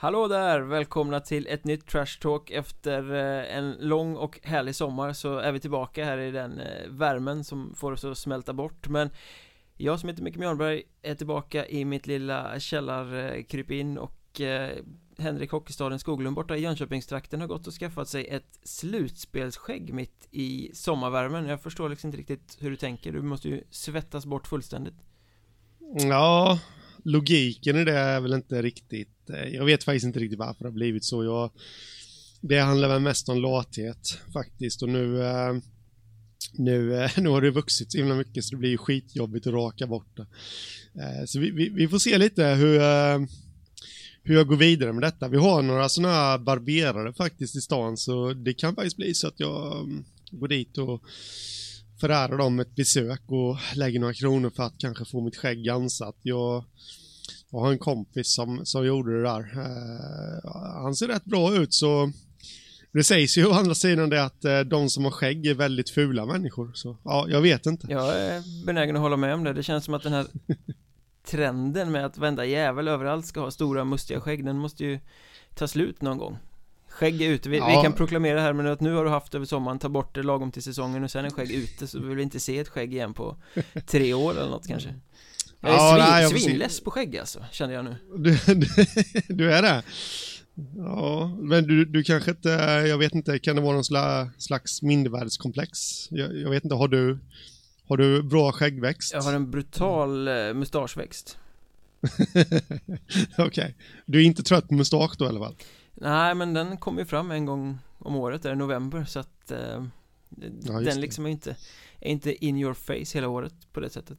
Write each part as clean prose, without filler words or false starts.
Hallå där, välkomna till ett nytt Trash Talk. Efter en lång och härlig sommar så är vi tillbaka här i den värmen som får oss att smälta bort. Men jag som heter Micke Mjörnberg är tillbaka i mitt lilla källarkrypin och Henrik Hockeystaden Skoglund borta i Jönköpingstrakten har gått och skaffat sig ett slutspelsskägg mitt i sommarvärmen. Jag förstår liksom inte riktigt hur du tänker, du måste ju svettas bort fullständigt. Ja, logiken i det är väl inte riktigt. Jag vet faktiskt inte riktigt varför det har blivit så. Det handlar väl mest om lathet faktiskt. Och nu har det vuxit så himla mycket så det blir ju skitjobbigt att raka bort det. Så vi får se lite hur jag går vidare med detta. Vi har några sådana barberare faktiskt i stan, så det kan faktiskt bli så att jag går dit och förärar dem ett besök och lägger några kronor för att kanske få mitt skägg ansatt. Jag har en kompis som gjorde det där. Han ser rätt bra ut, så det sägs ju å andra sidan det att de som har skägg är väldigt fula människor. Så ja, jag vet inte. Jag är benägen att hålla med om det. Det känns som att den här trenden med att vända jävel överallt ska ha stora mustiga skägg, den måste ju ta slut någon gång. Skägg är ute, vi kan proklamera här, men att nu har du haft över sommaren, ta bort det lagom till säsongen och sen är skägg ute, så vill vi inte se ett skägg igen på 3 år eller något kanske. Jag är svinless på skägg alltså, känner jag nu. Du är det? Ja, men du kanske inte, jag vet inte, kan det vara någon slags mindervärdeskomplex? Jag vet inte, har du bra skäggväxt? Jag har en brutal mustaschväxt. Okej. Du är inte trött på mustasch då i alla fall? Nej, men den kommer ju fram en gång om året, det är november, så att den liksom är inte in your face hela året på det sättet.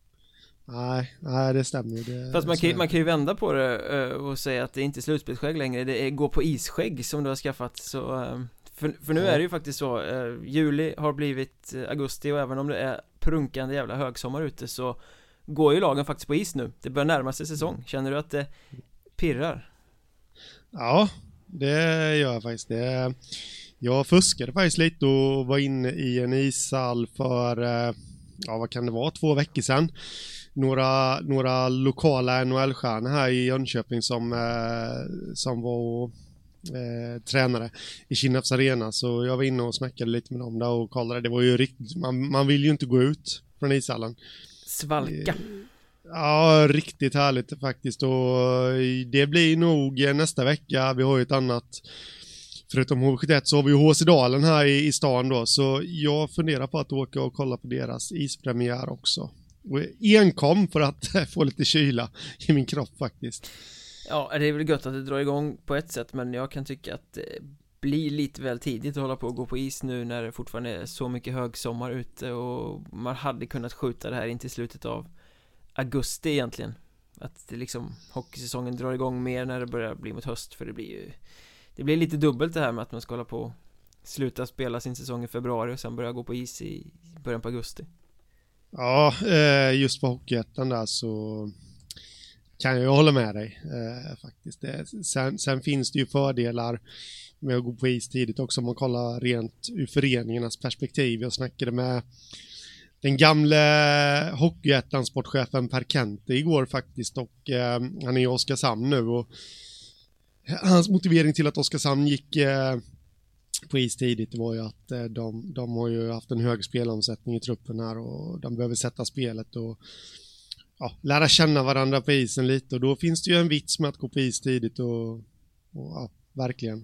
Nej, det stämmer. Fast man kan ju vända på det och säga att det är inte slutspelsskägg längre, det är gå på isskägg som du har skaffat. Så, för nu är det ju faktiskt så, juli har blivit augusti, och även om det är prunkande jävla högsommar ute så går ju lagen faktiskt på is nu. Det börjar närma sig säsong. Känner du att det pirrar? Ja, det gör jag faktiskt. Jag fuskade faktiskt lite och var inne i en ishall för, vad kan det vara, 2 veckor sedan. Några lokala NHL-stjärnor här i Jönköping som var tränare i Kinnarps arena, så jag var inne och snackade lite med dem där och kollade. Det var ju riktigt, man vill ju inte gå ut från ishallen. Svalka. Ja, riktigt härligt faktiskt, och det blir nog nästa vecka. Vi har ju ett annat, förutom HV71 så har vi ju HC-dalen här i stan då, så jag funderar på att åka och kolla på deras ispremiär också. Och enkom för att få lite kyla i min kropp faktiskt. Ja, det är väl gött att det drar igång på ett sätt, men jag kan tycka att det blir lite väl tidigt att hålla på och gå på is nu när det fortfarande är så mycket högsommar ute, och man hade kunnat skjuta det här in till slutet av augusti egentligen. Att det liksom, hockeysäsongen drar igång mer när det börjar bli mot höst, för det blir lite dubbelt det här med att man ska hålla på sluta spela sin säsong i februari och sen börja gå på is i början på augusti. Ja, just på Hockeyettan där så kan jag hålla med dig faktiskt. Sen finns det ju fördelar med att gå på is tidigt också om man kollar rent ur föreningarnas perspektiv. Jag snackade med den gamla Hockeyettan sportchefen Per Kente igår faktiskt, och han är i Oskarshamn nu, och hans motivering till att Oskarshamn gick på is tidigt var ju att de har ju haft en hög spelomsättning i truppen här, och de behöver sätta spelet och lära känna varandra på isen lite, och då finns det ju en vits med att gå på is tidigt och verkligen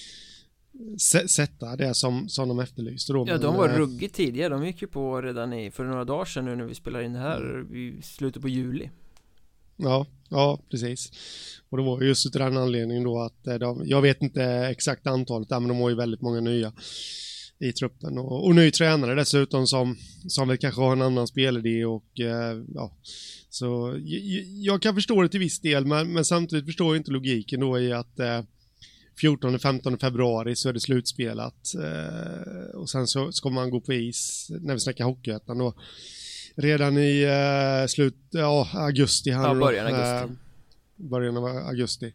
sätta det som de efterlyste då. Ja, de var ruggigt tidiga, de gick ju på redan för några dagar sedan nu när vi spelar in det här i slutet på juli. Ja, precis. Och det var just den anledningen då att jag vet inte exakt antalet där, men de har ju väldigt många nya i truppen, och ny tränare dessutom som väl kanske har en annan spelidé, och så jag kan förstå det till viss del, men samtidigt förstår jag inte logiken då i att 14-15 februari så är det slutspelat, och sen så ska man gå på is när vi snackar Hockeyettan då redan i augusti här. Ja, början av augusti.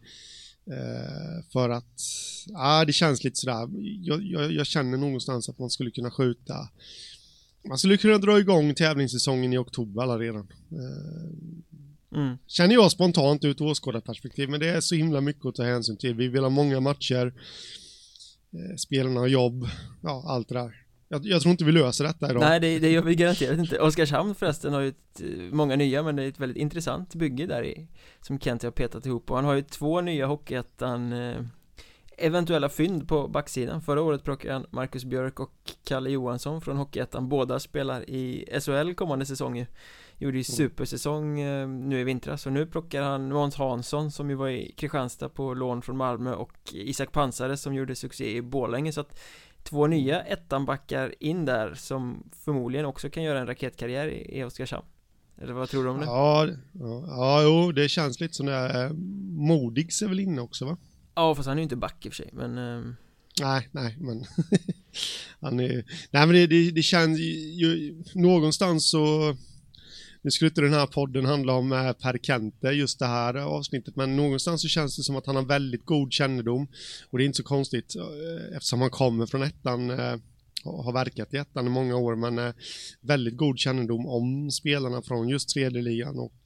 För att det känns lite sådär. Jag känner någonstans att man skulle kunna skjuta. Man skulle kunna dra igång tävlingssäsongen i oktober alla redan. Känner jag spontant ut åskådarperspektiv, men det är så himla mycket att ta hänsyn till. Vi vill ha många matcher, spelarna har jobb, ja, allt det där. Jag tror inte vi löser detta idag. Nej, det gör vi garanterat inte. Oskarshamn förresten har ju många nya, men det är ett väldigt intressant bygge där i, som Kent har petat ihop. Och han har ju 2 nya Hockeyettan eventuella fynd på backsidan. Förra året plockade han Marcus Björk och Kalle Johansson från Hockeyettan. Båda spelar i SHL kommande säsonger. Gjorde ju supersäsong nu i vintras. Så nu plockar han Måns Hansson som ju var i Kristianstad på lån från Malmö, och Isak Pansare som gjorde succé i Borlänge. Så att 2 nya ettanbackar in där som förmodligen också kan göra en raketkarriär i Oskarshamn. Eller vad tror du om det? Ja, det känns lite som det är. Modigs är väl inne också, va? Ja, fast han är ju inte back i och för sig, men... Nej, men... han är... Nej, men det känns ju... Någonstans så... Nu skulle inte den här podden handla om Per Kente, just det här avsnittet, men någonstans så känns det som att han har väldigt god kännedom, och det är inte så konstigt eftersom han kommer från ettan, har verkat i ettan i många år, men väldigt god kännedom om spelarna från just tredje ligan, och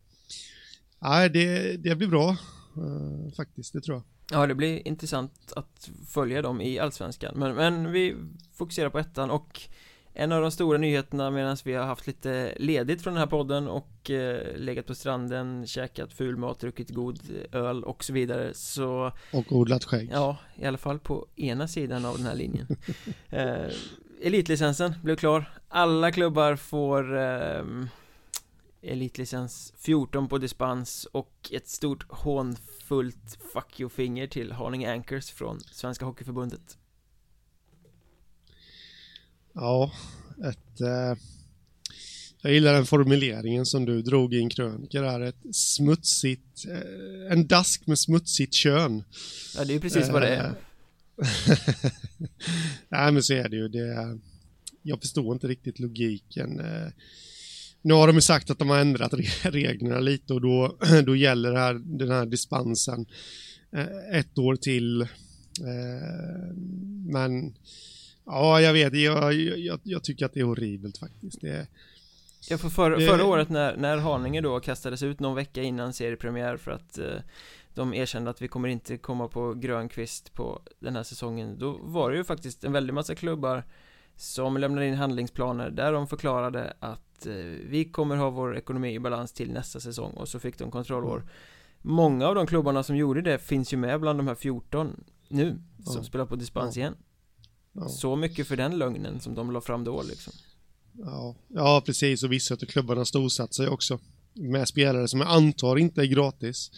det blir bra faktiskt, det tror jag. Ja, det blir intressant att följa dem i Allsvenskan, men vi fokuserar på ettan. Och en av de stora nyheterna, medan vi har haft lite ledigt från den här podden och legat på stranden, käkat ful mat, druckit god öl och så vidare, så... Och odlat skägg. Ja, i alla fall på ena sidan av den här linjen. Elitlicensen blev klar. Alla klubbar får elitlicens 14 på dispens, och ett stort hånfullt fuck you-finger till Haninge Anchors från Svenska Hockeyförbundet. Ja, jag gillar den formuleringen som du drog i en krönika där, ett smutsigt, en dask med smutsigt kön. Ja, det är ju precis vad det är. Nej, men så är det ju. Jag förstår inte riktigt logiken. Nu har de ju sagt att de har ändrat reglerna lite, och då gäller den här dispensen 1 år till. Men ja, jag vet, jag tycker att det är horribelt faktiskt. Förra året när Haninge då kastades ut någon vecka innan seriepremiär för att de erkände att vi kommer inte komma på Grönkvist på den här säsongen, då var det ju faktiskt en väldig massa klubbar som lämnade in handlingsplaner där de förklarade att vi kommer ha vår ekonomi i balans till nästa säsong, och så fick de kontrollår. Många av de klubbarna som gjorde det finns ju med bland de här 14 nu som spelar på dispens igen. Så mycket för den lögnen som de la fram då liksom. Ja, precis, och vissa av klubbarna storsatsar ju också med spelare som jag antar inte är gratis.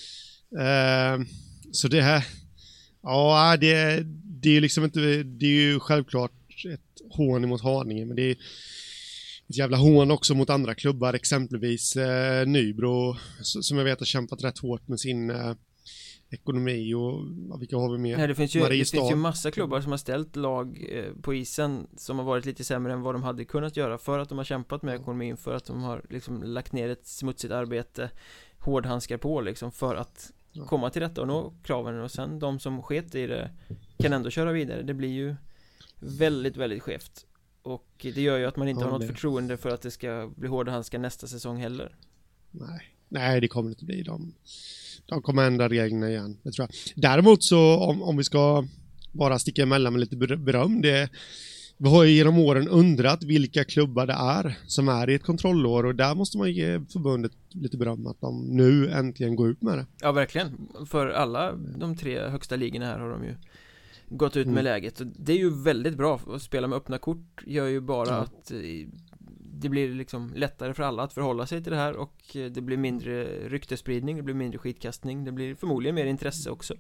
Så det här, ja, det är liksom inte, det är ju självklart ett hån mot Haninge, men det är ett jävla hån också mot andra klubbar, exempelvis Nybro, som jag vet har kämpat rätt hårt med sin ekonomi, och vilka har vi med? Ja, det finns ju massa klubbar som har ställt lag på isen som har varit lite sämre än vad de hade kunnat göra, för att de har kämpat med ekonomin, för att de har liksom lagt ner ett smutsigt arbete, hårdhandskar på liksom, för att komma till rätta och nå kraven, och sen de som sket i det kan ändå köra vidare. Det blir ju väldigt, väldigt skevt, och det gör ju att man inte har något förtroende för att det ska bli hårda handskar nästa säsong heller. Nej, det kommer inte bli. De kommer ändra reglerna igen, det tror jag. Däremot så, om vi ska bara sticka emellan med lite beröm, vi har ju genom åren undrat vilka klubbar det är som är i ett kontrollår, och där måste man ge förbundet lite beröm att de nu äntligen går ut med det. Ja, verkligen. För alla de 3 högsta ligorna här har de ju gått ut med läget, och det är ju väldigt bra. Att spela med öppna kort gör ju bara att det blir liksom lättare för alla att förhålla sig till det här, och det blir mindre ryktespridning, det blir mindre skitkastning, det blir förmodligen mer intresse också.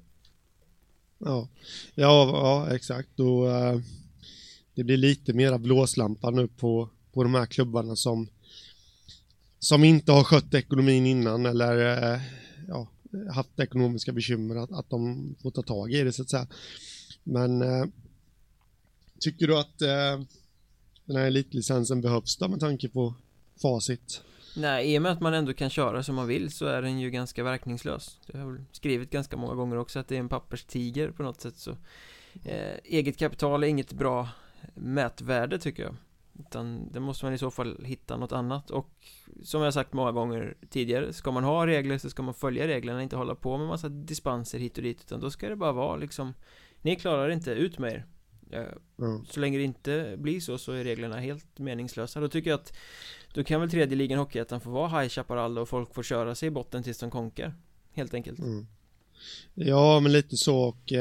Ja, exakt, och det blir lite mera blåslampa nu på de här klubbarna som inte har skött ekonomin innan, eller haft ekonomiska bekymmer, att de får ta tag i det så att säga. Men tycker du att den här elitlicensen behövs då med tanke på facit? Nej, i och med att man ändå kan köra som man vill så är den ju ganska verkningslös. Jag har väl skrivit ganska många gånger också att det är en papperstiger på något sätt, så eget kapital är inget bra mätvärde tycker jag. Utan det måste man i så fall hitta något annat. Och som jag sagt många gånger tidigare, ska man ha regler så ska man följa reglerna, inte hålla på med massa dispenser hit och dit, utan då ska det bara vara liksom, ni klarar inte, ut med er. Så länge det inte blir så är reglerna helt meningslösa. Då tycker jag att då kan väl tredje ligan Hockeyettan få vara High Chaparral och folk får köra sig i botten tills de konkar, helt enkelt. Ja, men lite så. Och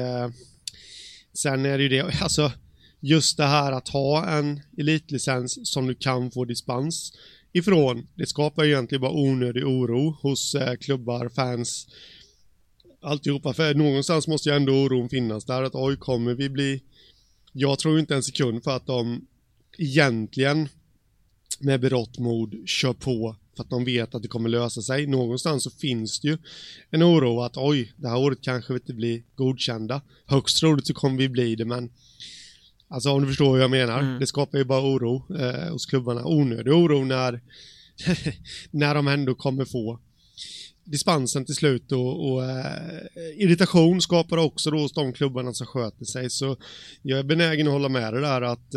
sen är det ju det, alltså just det här att ha en elitlicens som du kan få dispens ifrån, det skapar ju egentligen bara onödig oro hos klubbar, fans, alltihopa. För någonstans måste ju ändå oron finnas där, att oj, kommer vi bli... Jag tror inte en sekund för att de egentligen med berått mod kör på för att de vet att det kommer lösa sig. Någonstans så finns det ju en oro att oj, det här året kanske vi inte blir godkända. Högst troligt så kommer vi bli det, men alltså om du förstår vad jag menar, det skapar ju bara oro hos klubbarna. Onödig oro när när de ändå kommer få dispensen till slut, och irritation skapar också då hos de klubbarna som sköter sig. Så jag är benägen att hålla med det där att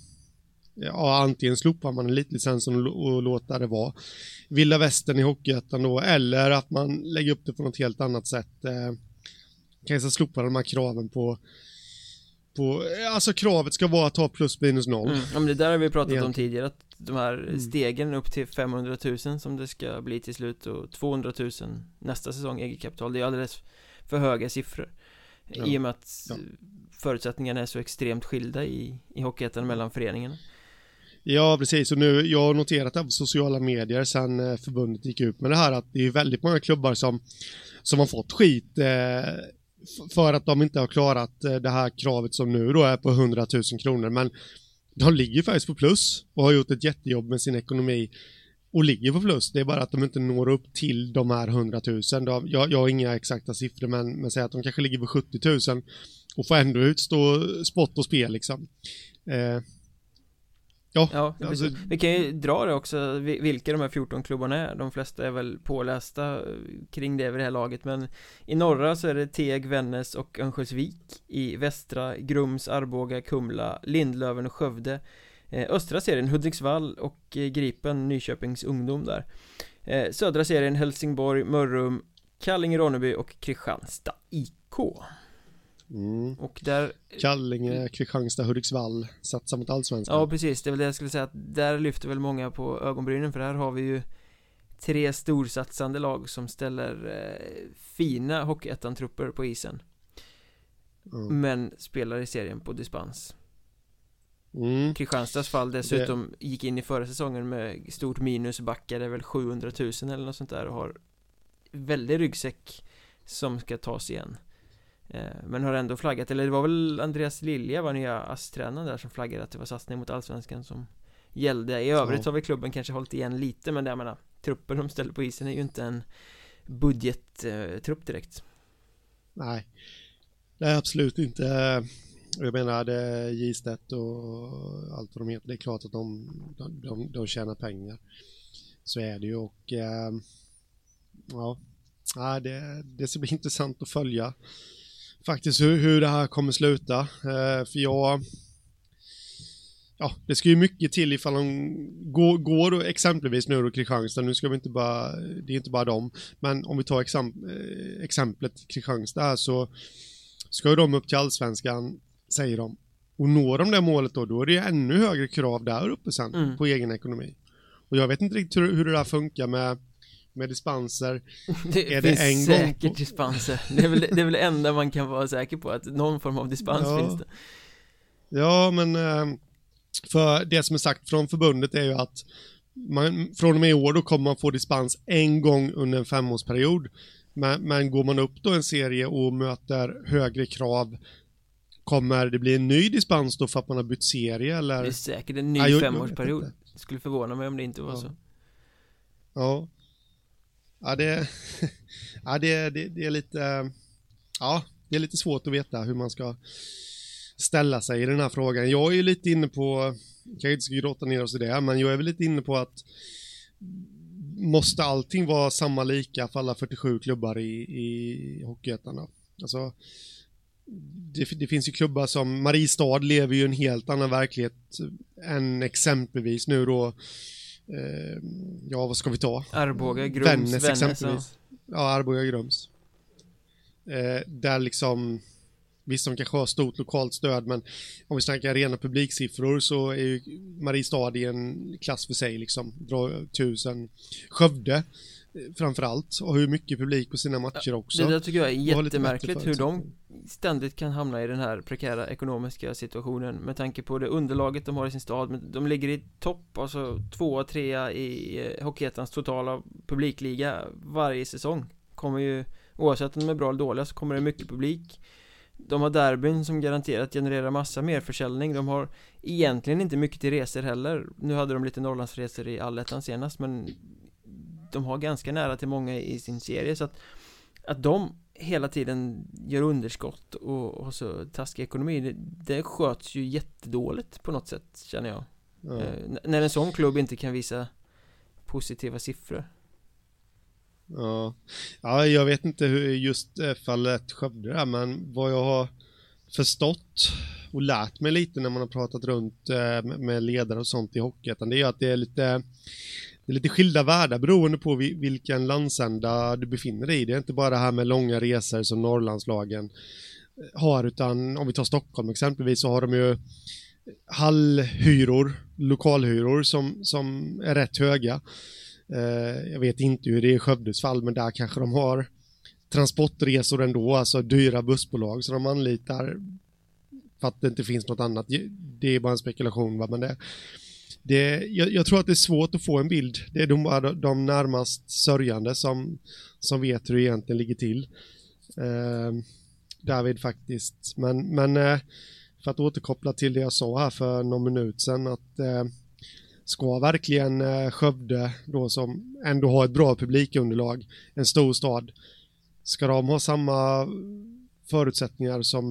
ja, antingen slopar man elitlicensen och låter det vara vilda västern i Hockeyettan då, eller att man lägger upp det på något helt annat sätt. Kanske slopa de här kraven på alltså kravet ska vara att ta plus minus noll. Ja, men det där har vi pratat om tidigare, att de här stegen upp till 500 000 som det ska bli till slut, och 200 000 nästa säsong egenkapital, det är alldeles för höga siffror. I och med att förutsättningarna är så extremt skilda i Hockeyettan mellan föreningarna. Ja, precis. Och nu, jag har noterat det på sociala medier sen förbundet gick ut med det här, att det är väldigt många klubbar som har fått skit för att de inte har klarat det här kravet som nu då är på 100 000 kronor. Men de ligger faktiskt på plus och har gjort ett jättejobb med sin ekonomi och ligger på plus. Det är bara att de inte når upp till de här 100 000. Jag har inga exakta siffror, men säger att de kanske ligger på 70 000 och får ändå utstå spott och spel liksom. Ja, alltså, vi kan ju dra det också, vilka de här 14 klubbarna är. De flesta är väl pålästa kring det över det här laget, men i norra så är det Teg, Vännäs och Örnsköldsvik. I västra Grums, Arboga, Kumla, Lindlöven och Skövde. Östra serien Hudiksvall och Gripen, Nyköpings ungdom där. Södra serien Helsingborg, Mörrum, Kallinge, Ronneby och Kristianstad IK. Och där Kallinge, Kristianstad, Hudiksvall satsar mot allsvenskan. Ja, precis, det är väl det jag skulle säga, att där lyfter väl många på ögonbrynen, för här har vi ju 3 storsatsande lag som ställer fina Hockeyettan-trupper på isen. Men spelar i serien på dispens. Kristianstads fall dessutom gick in i förra säsongen med stort minus, backade väl 700 000 eller något sånt där, och har väldigt ryggsäck som ska tas igen. Men har ändå flaggat, eller det var väl Andreas Lilja, var nya ASS-tränaren där, som flaggade att det var satsning mot allsvenskan som gällde. I övrigt har vi klubben kanske hållit igen lite, men det, jag menar, truppen de ställer på isen är ju inte en budgettrupp direkt. Nej, det är absolut inte. Jag menar, det är Gistedt och allt vad de heter. Det är klart att de tjänar pengar. Så är det ju, och ja, det ska bli intressant att följa faktiskt hur det här kommer sluta. För det ska ju mycket till ifall de går exempelvis nu då Kristianstad. Nu ska vi inte bara, det är inte bara dem, men om vi tar exemplet Kristianstad här, så ska ju de upp till allsvenskan, säger de. Och når de det målet då är det ännu högre krav där uppe sen på egen ekonomi. Och jag vet inte riktigt hur det där funkar med dispenser. Det finns en säkert gång dispenser. Det är väl det enda man kan vara säker på, att någon form av dispens finns det. Ja, men för det som är sagt från förbundet är ju att man, från och med i år då kommer man få dispens en gång under en 5-årsperiod. Men går man upp då en serie och möter högre krav, kommer det bli en ny dispens då för att man har bytt serie? Eller? Det är säkert en ny 5-årsperiod. Det skulle förvåna mig om det inte var så. Ja, det är lite, det är lite svårt att veta hur man ska ställa sig i den här frågan. Jag är ju lite inne på, jag inte ska gråta ner oss i det, men jag är väl lite inne på att måste allting vara samma lika för alla 47 klubbar i Hockeyettan då? Alltså, det finns ju klubbar som Mariestad lever ju en helt annan verklighet än exempelvis nu då vad ska vi ta? Arboga, Grums, Vännäs exempelvis. Ja, Arboga, Grums. Där liksom visst, de kanske har stort lokalt stöd, men om vi snackar rena publiksiffror så är ju Mariestad i en klass för sig liksom. Drar 1000. Skövde framförallt, och hur mycket publik på sina matcher också. Det där tycker jag är jättemärkligt, hur de ständigt kan hamna i den här prekära ekonomiska situationen med tanke på det underlaget de har i sin stad. Men de ligger i topp, alltså 2-3 i Hockeyettans totala publikliga varje säsong. Kommer ju, oavsett om de är bra eller dåliga, så kommer det mycket publik. De har derbyn som garanterat genererar massa mer försäljning. De har egentligen inte mycket till resor heller. Nu hade de lite Norrlandsresor i Allettan senast, men de har ganska nära till många i sin serie. Så att de hela tiden gör underskott och så taskig ekonomi, det sköts ju jättedåligt på något sätt, känner jag. När en sån klubb inte kan visa positiva siffror. Ja, jag vet inte hur just fallet Skövde är, men vad jag har förstått och lärt mig lite när man har pratat runt med ledare och sånt i Hockeyettan, det är att det är lite skilda världar beroende på vilken landsända du befinner dig i. Det är inte bara det här med långa resor som Norrlandslagen har, utan om vi tar Stockholm exempelvis, så har de ju hallhyror, lokalhyror som är rätt höga. Jag vet inte hur det är i Skövdes fall, men där kanske de har transportresor ändå, alltså dyra bussbolag som de anlitar för att det inte finns något annat. Det är bara en spekulation, va? Men jag tror att det är svårt att få en bild. Det är de närmast sörjande som vet hur det egentligen ligger till. David faktiskt. Men för att återkoppla till det jag sa här för någon minut sedan, att ska verkligen Skövde då, som ändå har ett bra publikunderlag, en stor stad, ska de ha samma förutsättningar som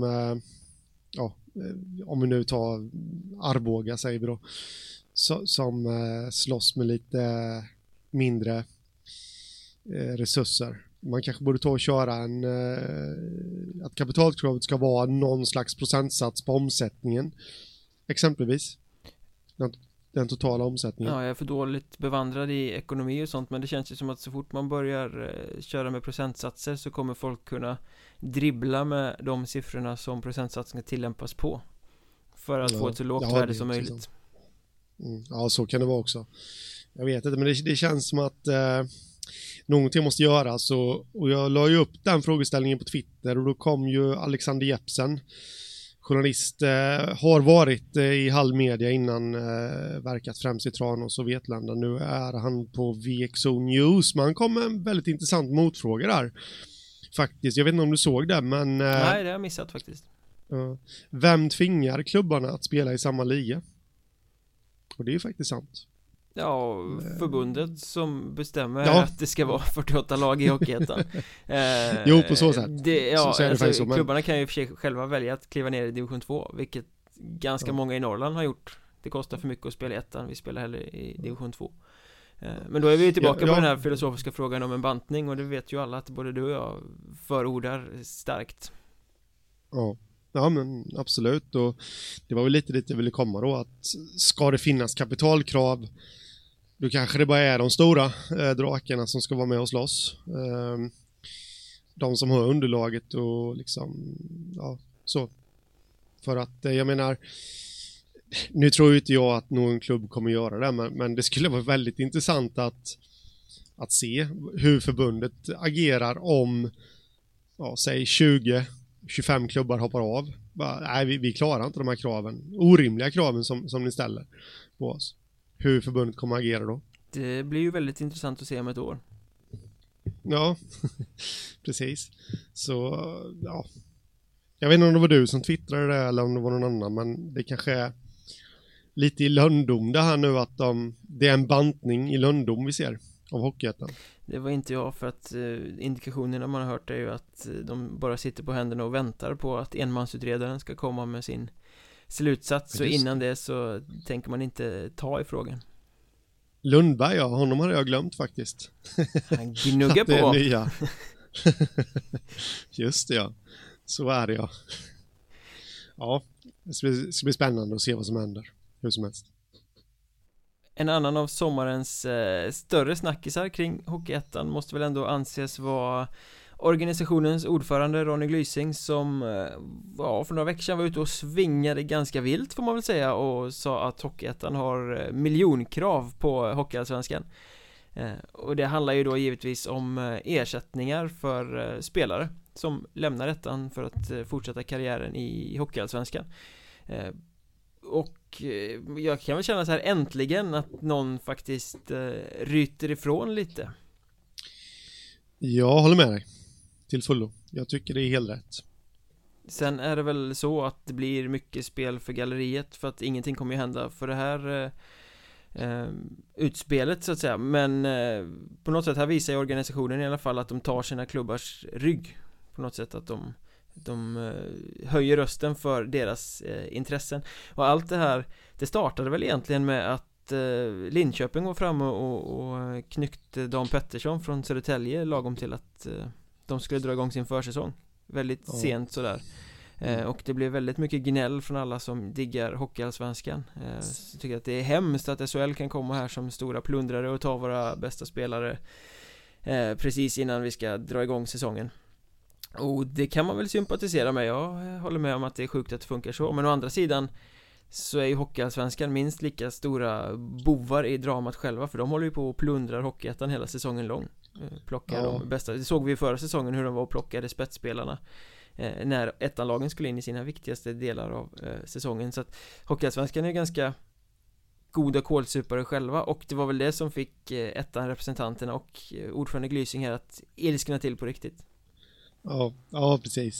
om vi nu tar Arboga, säger vi då, som slåss med lite mindre resurser. Man kanske borde ta och köra att kapitalkravet ska vara någon slags procentsats på omsättningen, exempelvis den totala omsättningen. Ja, jag är för dåligt bevandrad i ekonomi och sånt, men det känns ju som att så fort man börjar köra med procentsatser så kommer folk kunna dribbla med de siffrorna som procentsatsen ska tillämpas på för att få ett så lågt värde som möjligt. Ja, så kan det vara också. Jag vet inte, men det känns som att någonting måste göras, och jag la ju upp den frågeställningen på Twitter, och då kom ju Alexander Jepsen, journalist, har varit i Hallmedia innan, verkat främst i Tranås och Vetlanda. Nu är han på VXO News, men han kom med en väldigt intressant motfråga där faktiskt. Jag vet inte om du såg det, men nej, det har jag missat faktiskt. Vem tvingar klubbarna att spela i samma liga? Och det är ju faktiskt sant. Ja, förbundet som bestämmer att det ska vara 48 lag i Hockeyettan. Jo, på så sätt. Klubbarna kan ju för sig själva välja att kliva ner i division 2, vilket ganska många i Norrland har gjort. Det kostar för mycket att spela i ettan, vi spelar hellre i division 2. Men då är vi tillbaka på den här filosofiska frågan om en bantning, och det vet ju alla att både du och jag förordar starkt. Ja, men absolut, och det var väl lite dit jag ville komma då, att ska det finnas kapitalkrav, då kanske det bara är de stora drakarna som ska vara med och slåss. De som har underlaget och liksom, så. För att jag menar, nu tror ju inte jag att någon klubb kommer göra det, men det skulle vara väldigt intressant att se hur förbundet agerar om, säg 20-25 klubbar hoppar av. Nej, vi klarar inte de här kraven, orimliga kraven som ni ställer på oss. Hur förbundet kommer att agera då? Det blir ju väldigt intressant att se om ett år. Ja, precis. Så, jag vet inte om det var du som twittrade det eller om det var någon annan, men det kanske är lite i lönndom det här nu, att det är en bantning i lönndom vi ser av Hockeyettan. Det var inte jag, för att indikationerna man har hört är ju att de bara sitter på händerna och väntar på att enmansutredaren ska komma med sin slutsats. Så innan det så tänker man inte ta i frågan. Lundberg, honom hade jag glömt faktiskt. Han gnuggar på. Nya. Just det, ja. Så är det, ja. Ja, det ska bli spännande att se vad som händer. Hur som helst. En annan av sommarens större snackisar kring Hockeyettan måste väl ändå anses vara organisationens ordförande Ronny Glysing, som för några veckor sedan var ute och svingade ganska vilt, får man väl säga, och sa att Hockeyettan har miljonkrav på Hockeyallsvenskan. Och det handlar ju då givetvis om ersättningar för spelare som lämnar ettan för att fortsätta karriären i Hockeyallsvenskan. Och jag kan väl känna så här äntligen att någon faktiskt ryter ifrån lite. Jag håller med dig till fullo. Jag tycker det är helt rätt. Sen är det väl så att det blir mycket spel för galleriet, för att ingenting kommer ju hända för det här utspelet så att säga. Men på något sätt här visar ju organisationen i alla fall att de tar sina klubbars rygg. På något sätt att de höjer rösten för deras intressen. Och allt det här, det startade väl egentligen med att Linköping var framme och knyckte Dan Pettersson från Södertälje lagom till att de skulle dra igång sin försäsong. Väldigt sent sådär. Och det blev väldigt mycket gnäll från alla som diggar Hockeyallsvenskan. Jag tycker att det är hemskt att SHL kan komma här som stora plundrare och ta våra bästa spelare precis innan vi ska dra igång säsongen. Och det kan man väl sympatisera med. Jag håller med om att det är sjukt att det funkar så. Men å andra sidan så är ju Hockeyallsvenskan minst lika stora bovar i dramat själva. För de håller ju på och plundrar Hockeyettan hela säsongen lång. Plockar de bästa. Det såg vi ju förra säsongen hur de var och plockade spetsspelarna när ettanlagen skulle in i sina viktigaste delar av säsongen. Så att Hockeyallsvenskan är ganska goda kålsupare själva. Och det var väl det som fick ettan-representanterna och ordförande Glysing här att ilskna till på riktigt. Ja, precis.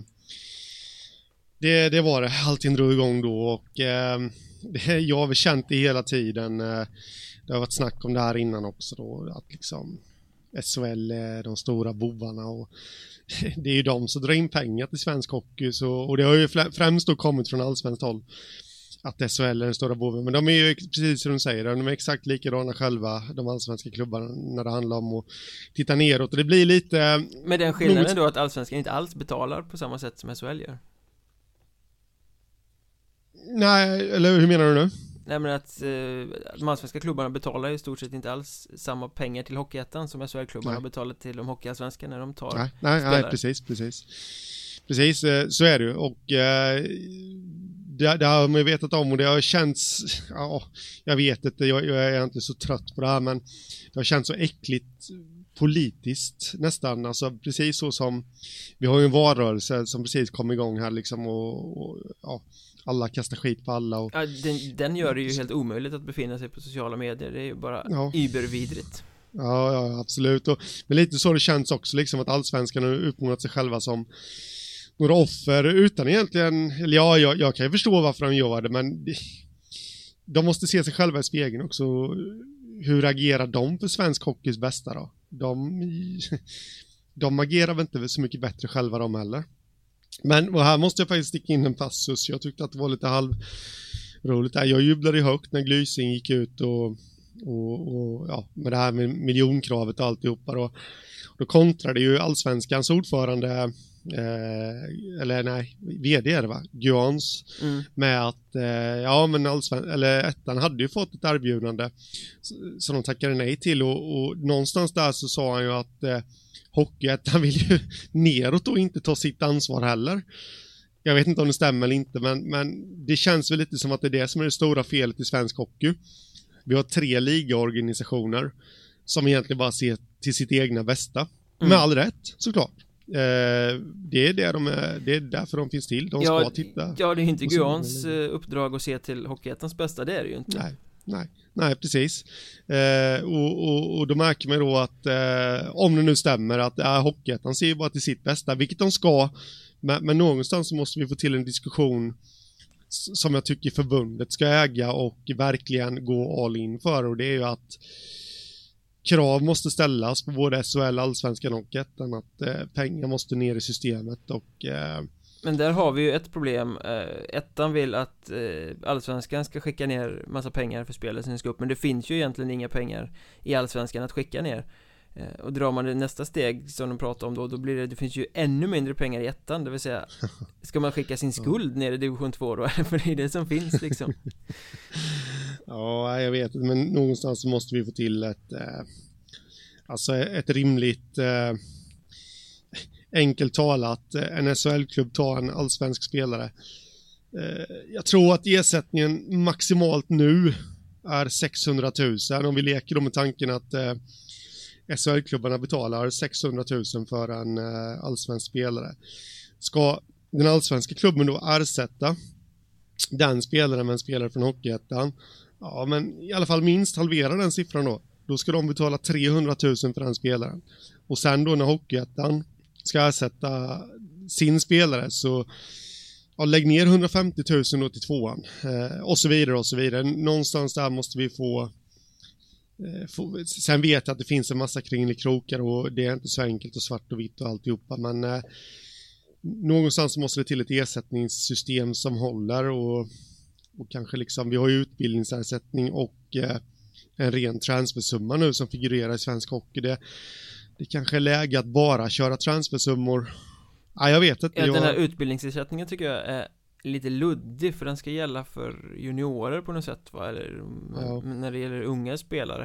Det var det. Allting drog igång då. Och jag har väl känt det hela tiden. Det har varit snack om det här innan också då. Att liksom SHL är de stora bovarna. Och det är ju de som drar in pengar till svensk hockey. Och det har ju främst då kommit från allsvenskt håll. Att SHL är den stora boven. Men de är ju precis som de säger. De är exakt likadana själva, de allsvenska klubbarna, när det handlar om att titta neråt. Och det blir lite... Med den skillnaden då att allsvenskan inte alls betalar på samma sätt som SHL gör. Nej, eller hur menar du nu? Nej, men att de allsvenska klubbarna betalar i stort sett inte alls samma pengar till Hockeyettan som SHL-klubbarna betalar till de hockeyallsvenska när de tar nej, precis, så är det ju. Och det har man vetat om och det har känts, jag vet inte, jag är inte så trött på det här, men det har känts så äckligt politiskt nästan, alltså precis så som vi har ju en valrörelse som precis kom igång här liksom och alla kastar skit på alla och... den gör det ju helt omöjligt att befinna sig på sociala medier. Det är ju bara übervidrigt. Ja, absolut. Men lite så det känns också liksom att allsvenskan har utmålat sig själva som några offer utan egentligen, eller jag kan ju förstå varför de gör det, men de måste se sig själva i spegeln också. Hur agerar de för svensk hockeys bästa då? De agerar väl inte så mycket bättre själva de heller. Men och här måste jag faktiskt sticka in en passus. Jag tyckte att det var lite halvroligt. Jag jublade högt när Glysing gick ut och med det här med miljonkravet och alltihopa. Då kontrade ju allsvenskans ordförande vd är det va? Guans med att men ettan hade ju fått ett erbjudande som de tackade nej till och någonstans där så sa han ju att Hockeyettan vill ju neråt och inte ta sitt ansvar heller. Jag vet inte om det stämmer eller inte, men det känns väl lite som att det är det som är det stora felet i svensk hockey. Vi har 3 ligaorganisationer som egentligen bara ser till sitt egna bästa. Med all rätt, såklart. Det är därför de finns till. De ska titta. Ja, det är inte Guans uppdrag att se till Hockeyettans bästa, det är det ju inte. Nej, precis. Och då märker man då att om det nu stämmer att Hockeyettan ser bara till sitt bästa, vilket de ska, men någonstans så måste vi få till en diskussion som jag tycker förbundet ska äga och verkligen gå all in för, och det är ju att krav måste ställas på både SHL, allsvenskan och ettan, att pengar måste ner i systemet och... Men där har vi ju ett problem. Ettan vill att allsvenskan ska skicka ner massa pengar för spelet som ska upp, men det finns ju egentligen inga pengar i allsvenskan att skicka ner. Och drar man det nästa steg som de pratar om då blir det finns ju ännu mindre pengar i ettan, det vill säga ska man skicka sin skuld ner i division 2 då? För det är det som finns liksom. Ja, jag vet, men någonstans så måste vi få till ett rimligt enkelt talat, en SHL-klubb tar en allsvensk spelare. Jag tror att ersättningen maximalt nu är 600 000 om vi leker då med tanken att SHL-klubbarna betalar 600 000 för en allsvensk spelare. Ska den allsvenska klubben då ersätta den spelaren med en spelare från Hockeyettan, ja men i alla fall minst halvera den siffran då ska de betala 300 000 för den spelaren. Och sen då när Hockeyettan ska ersätta sin spelare så lägg ner 150 000 då till tvåan och så vidare och så vidare. Någonstans där måste vi få sen vet jag att det finns en massa kringelikrokar och det är inte så enkelt och svart och vitt och alltihopa, men någonstans måste det till ett ersättningssystem som håller och kanske liksom, vi har ju utbildningsersättning och en ren transfersumma nu som figurerar i svensk hockey. Det kanske är läge att bara köra transfersummor. Ja, jag vet inte. Den här utbildningsersättningen tycker jag är lite luddig, för den ska gälla för juniorer på något sätt, va? Eller när det gäller unga spelare.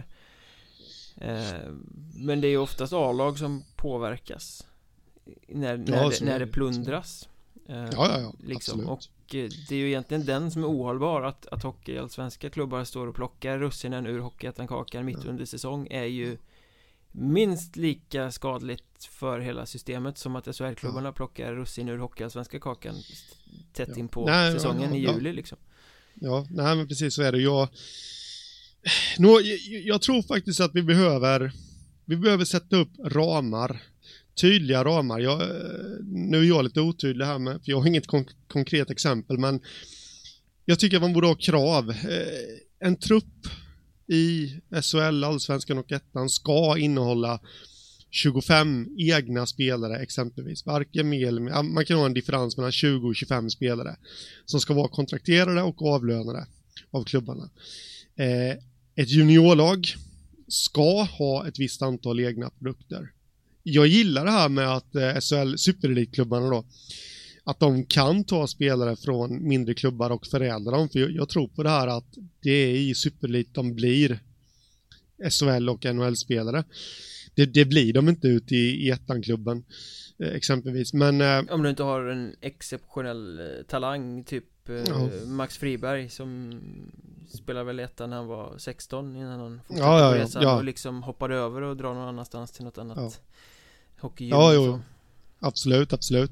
Men det är ju oftast A-lag som påverkas när det plundras. Liksom. Och det är ju egentligen den som är ohållbar, att hockeyallsvenska klubbar står och plockar russinen ur Hockeyettan-kakan mitt under säsong är ju minst lika skadligt för hela systemet som att SHL-klubbarna plockar russin ur Hockeyallsvenska kakan tätt in på säsongen i juli liksom. Ja, nej men precis så är det. Jag tror faktiskt att vi behöver sätta upp ramar, tydliga ramar. Nu är jag lite otydlig här för jag har inget konkret exempel, men jag tycker att man borde ha krav. En trupp i SHL, Allsvenskan och Ettan ska innehålla 25 egna spelare exempelvis. Varken mer, man kan ha en differens mellan 20 och 25 spelare som ska vara kontrakterade och avlönade av klubbarna. Ett juniorlag ska ha ett visst antal egna produkter. Jag gillar det här med att SHL superelitklubbarna då, att de kan ta spelare från mindre klubbar och förädla dem, för jag tror på det här att det är i superelit de blir SHL och NHL-spelare. Det blir de inte ute i ettanklubben exempelvis, men om du inte har en exceptionell talang typ Max Friberg som spelar väl ettan när han var 16 innan han fortsatte på resan och liksom hoppade över och drar någon annanstans till något annat hockey. Absolut.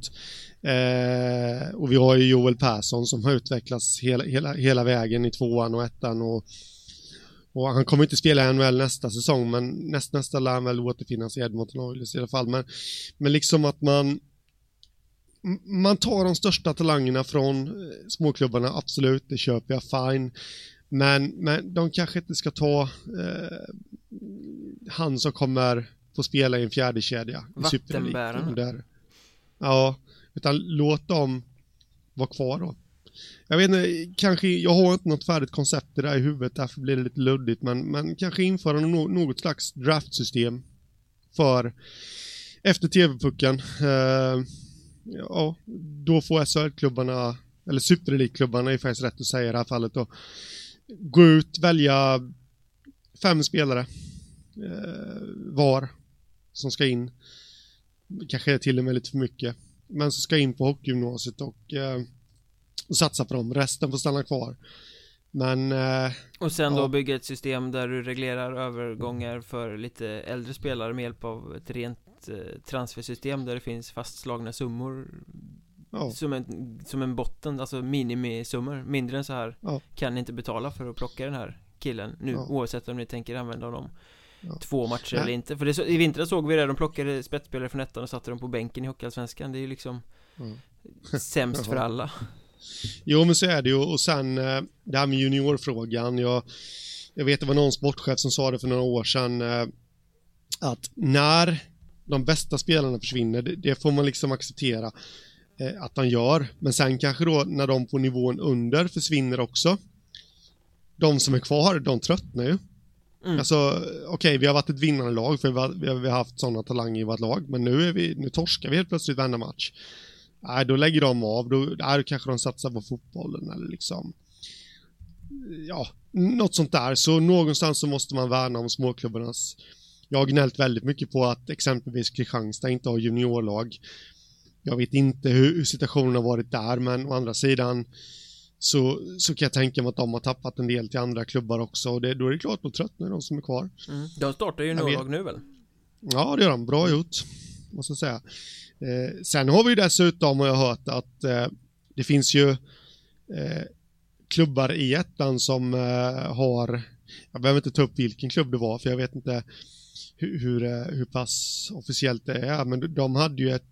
Och vi har ju Joel Persson som har utvecklats hela vägen i tvåan och ettan och han kommer inte spela i NHL nästa säsong, men nästa lär han väl återfinnas i Edmonton Oilers i alla fall, men liksom att man tar de största talangerna från småklubbarna, absolut, det köper jag, fine, men de kanske inte ska ta han som kommer få spela i en fjärde kedja i Superligan. Ja, utan låt dem vara kvar då. Jag vet inte, kanske, jag har inte något färdigt koncept där i huvudet, därför blir det lite luddigt, men kanske införa något slags draftsystem för efter TV-pucken. Då får SHL-klubbarna, eller superelitklubbarna är faktiskt rätt att säga i det här fallet då, gå ut, välja 5 spelare var som ska in, kanske till och med lite för mycket, men så ska in på hockeygymnasiet och satsa på dem, resten får stanna kvar. Men och sen då bygga ett system där du reglerar övergångar för lite äldre spelare med hjälp av ett rent transfersystem där det finns fastslagna summor som en botten, alltså minimisummor, mindre än så här kan ni inte betala för att plocka den här killen nu, oavsett om ni tänker använda dem 2 matcher eller inte. För det i vintras såg vi det, de plockade spetsspelare från ettan och satte dem på bänken i Hockeyallsvenskan. Det är ju liksom sämst för alla. Jo, men så är det ju. Och sen det här med juniorfrågan, jag vet det var någon sportchef som sa det för några år sedan, att när de bästa spelarna försvinner, det får man liksom acceptera att de gör, men sen kanske då när de på nivån under försvinner också, de som är kvar, de tröttnar ju. Alltså, okej, vi har varit ett vinnande lag för vi har haft sådana talanger i vårt lag, men nu torskar vi helt plötsligt varenda match. Nej, då lägger de av, då kanske de satsar på fotbollen eller liksom, ja, något sånt där. Så någonstans så måste man värna om småklubbarnas. Jag har gnällt väldigt mycket på att exempelvis Kristianstad inte har juniorlag. Jag vet inte hur situationen har varit där, men å andra sidan så kan jag tänka mig att de har tappat en del till andra klubbar också, och då är det klart att tröttnar de som är kvar. De startar ju juniorlag nu väl? Ja, det gör de. Bra gjort, måste jag säga. Sen har vi ju dessutom, har jag hört, att det finns ju klubbar i ettan som har, jag behöver inte ta upp vilken klubb det var, för jag vet inte hur pass officiellt det är, men de hade ju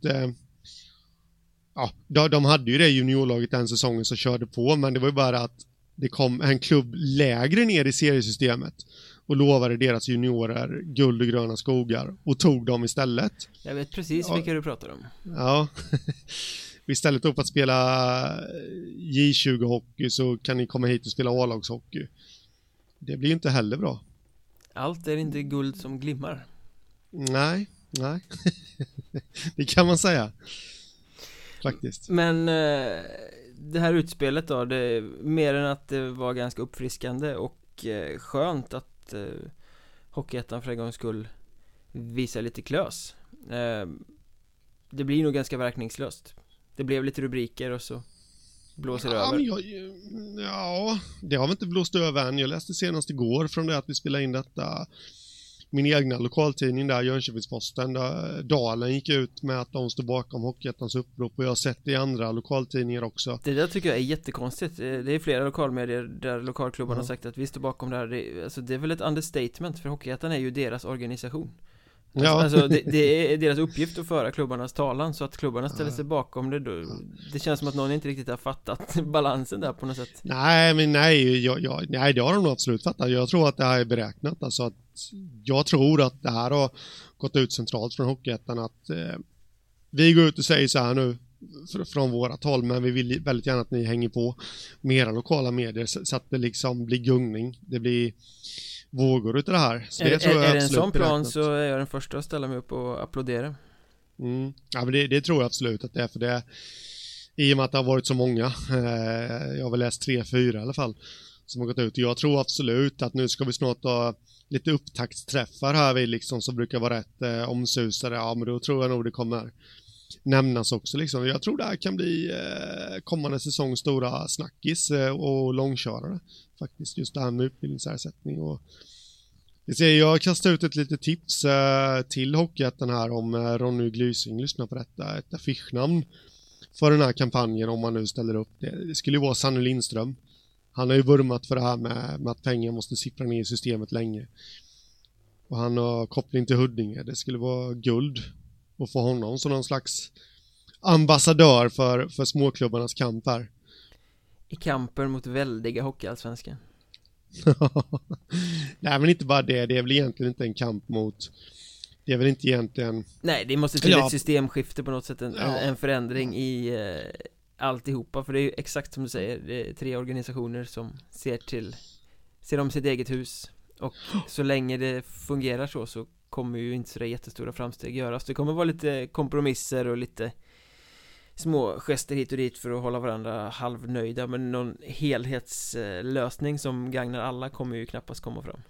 de hade ju det juniorlaget den säsongen som körde på, men det var ju bara att det kom en klubb lägre ner i seriesystemet och lovade deras juniorer guld och gröna skogar och tog dem istället. Jag vet precis vilka du pratar om. Ja. Istället för att spela J20-hockey så kan ni komma hit och spela A-lagshockey. Det blir inte heller bra. Allt är inte guld som glimmar. Nej. Det kan man säga. Faktiskt. Men det här utspelet då, det, mer än att det var ganska uppfriskande och skönt att Hockeyettan för en gångs skull visar lite klös. Det blir nog ganska verkningslöst. Det blev lite rubriker och så blåser det över. Ja, det har väl inte blåst över än. Jag läste senast igår från det att vi spelade in detta. Min egna lokaltidning där, Jönköpingsposten, där Dalen gick ut med att de står bakom Hockeyettans upprop, och jag har sett det i andra lokaltidningar också. Det där tycker jag är jättekonstigt. Det är flera lokalmedier där lokalklubbarna har sagt att vi står bakom det här. Det är väl ett understatement, för Hockeyettan är ju deras organisation. Alltså det är deras uppgift att föra klubbarnas talan, så att klubbarna ställer sig bakom det då, det känns som att någon inte riktigt har fattat balansen där på något sätt. Nej, det har de nog absolut fattat. Jag tror att det här är beräknat, alltså att jag tror att det här har gått ut centralt från Hockeyettan, att vi går ut och säger så här nu från våra håll, men vi vill väldigt gärna att ni hänger på med era lokala medier så att det liksom blir gungning, det blir vågor utav det här. Så det tror jag är det en sån plan så är jag den första att ställa mig upp och applådera. Ja, men det tror jag absolut att det är, för det i och med att det har varit så många, jag har väl läst 3-4 i alla fall som har gått ut, och jag tror absolut att nu ska vi snart ha lite upptaktsträffar här vi liksom, som brukar vara rätt omsusade. Ja, men då tror jag nog det kommer nämnas också liksom. Jag tror det här kan bli kommande säsong stora snackis och långkörare faktiskt, just det här med utbildningsersättning. Och jag har kastat ut ett litet tips till Hockeyettan här, om Ronny Glysing lyssnar på detta, ett affischnamn för den här kampanjen om man nu ställer upp det skulle ju vara Sanne Lindström. Han har ju vurmat för det här med att pengar måste sippra ner i systemet länge, och han har koppling till Huddinge. Det skulle vara guld att få honom som någon slags ambassadör för småklubbarnas kamp här. I kampen mot väldiga hockeyallsvenskan. Nej, men inte bara det. Det är väl egentligen inte en kamp mot... Det är väl inte egentligen... Nej, det måste till ett systemskifte på något sätt. En förändring i alltihopa. För det är ju exakt som du säger. Det är 3 organisationer som ser om sitt eget hus. Och så länge det fungerar så kommer ju inte så där jättestora framsteg göras. Det kommer vara lite kompromisser och lite små gester hit och dit för att hålla varandra halvnöjda, men någon helhetslösning som gagnar alla kommer ju knappast komma fram.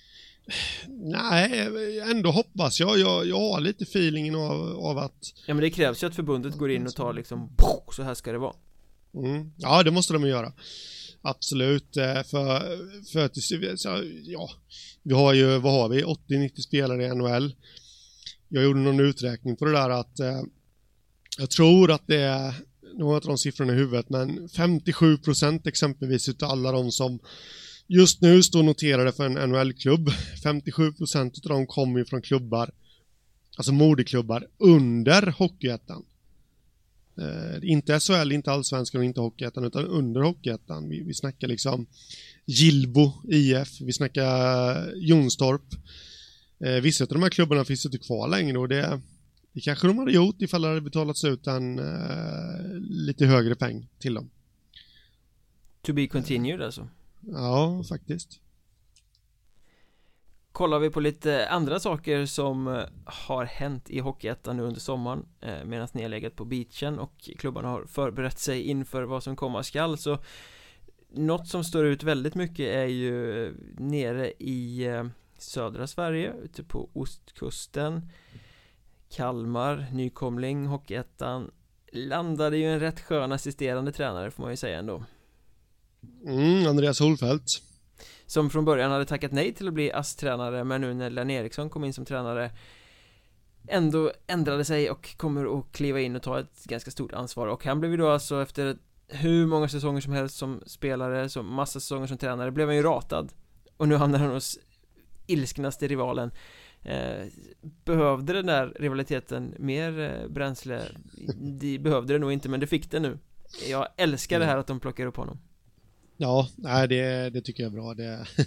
Nej, ändå hoppas jag har lite feelingen av att... Ja, men det krävs ju att förbundet går in och tar liksom, så här ska det vara. Ja, det måste de göra. Absolut, för att ja, vi har ju, vad har vi, 80-90 spelare i NHL. Jag gjorde någon uträkning på det där att jag tror att det är, nu har jag inte de siffrorna i huvudet, men 57% exempelvis utav alla de som just nu står noterade för en NHL-klubb, 57% av dem kommer ju från klubbar, alltså moderklubbar under Hockeyettan. Inte SHL, inte Allsvenskan och inte Hockeyettan, utan under Hockeyettan. Vi snackar liksom Gilbo IF, vi snackar Jonstorp. Vissa av de här klubbarna finns inte kvar längre, och det kanske de hade gjort ifall det hade betalats ut en lite högre peng till dem. To be continued alltså. Ja, faktiskt. kollar vi på lite andra saker som har hänt i Hockeyettan nu under sommaren, medan ni har legat på beachen och klubbarna har förberett sig inför vad som komma skall, så något som står ut väldigt mycket är ju nere i södra Sverige, ute på ostkusten. Kalmar, nykomling, Hockeyettan, landade ju en rätt skön assisterande tränare, får man ju säga ändå. Andreas Holfeldt, som från början hade tackat nej till att bli ASS-tränare, men nu när Lenn Eriksson kom in som tränare ändå ändrade sig och kommer att kliva in och ta ett ganska stort ansvar. Och han blev ju då alltså, efter hur många säsonger som helst som spelare, så massa säsonger som tränare, blev han ju ratad. Och nu hamnar han hos ilsknaste rivalen. Behövde den där rivaliteten mer bränsle? De behövde det nog inte, men det fick det nu. Jag älskar det här att de plockar upp honom. Ja, nej, det tycker jag är bra.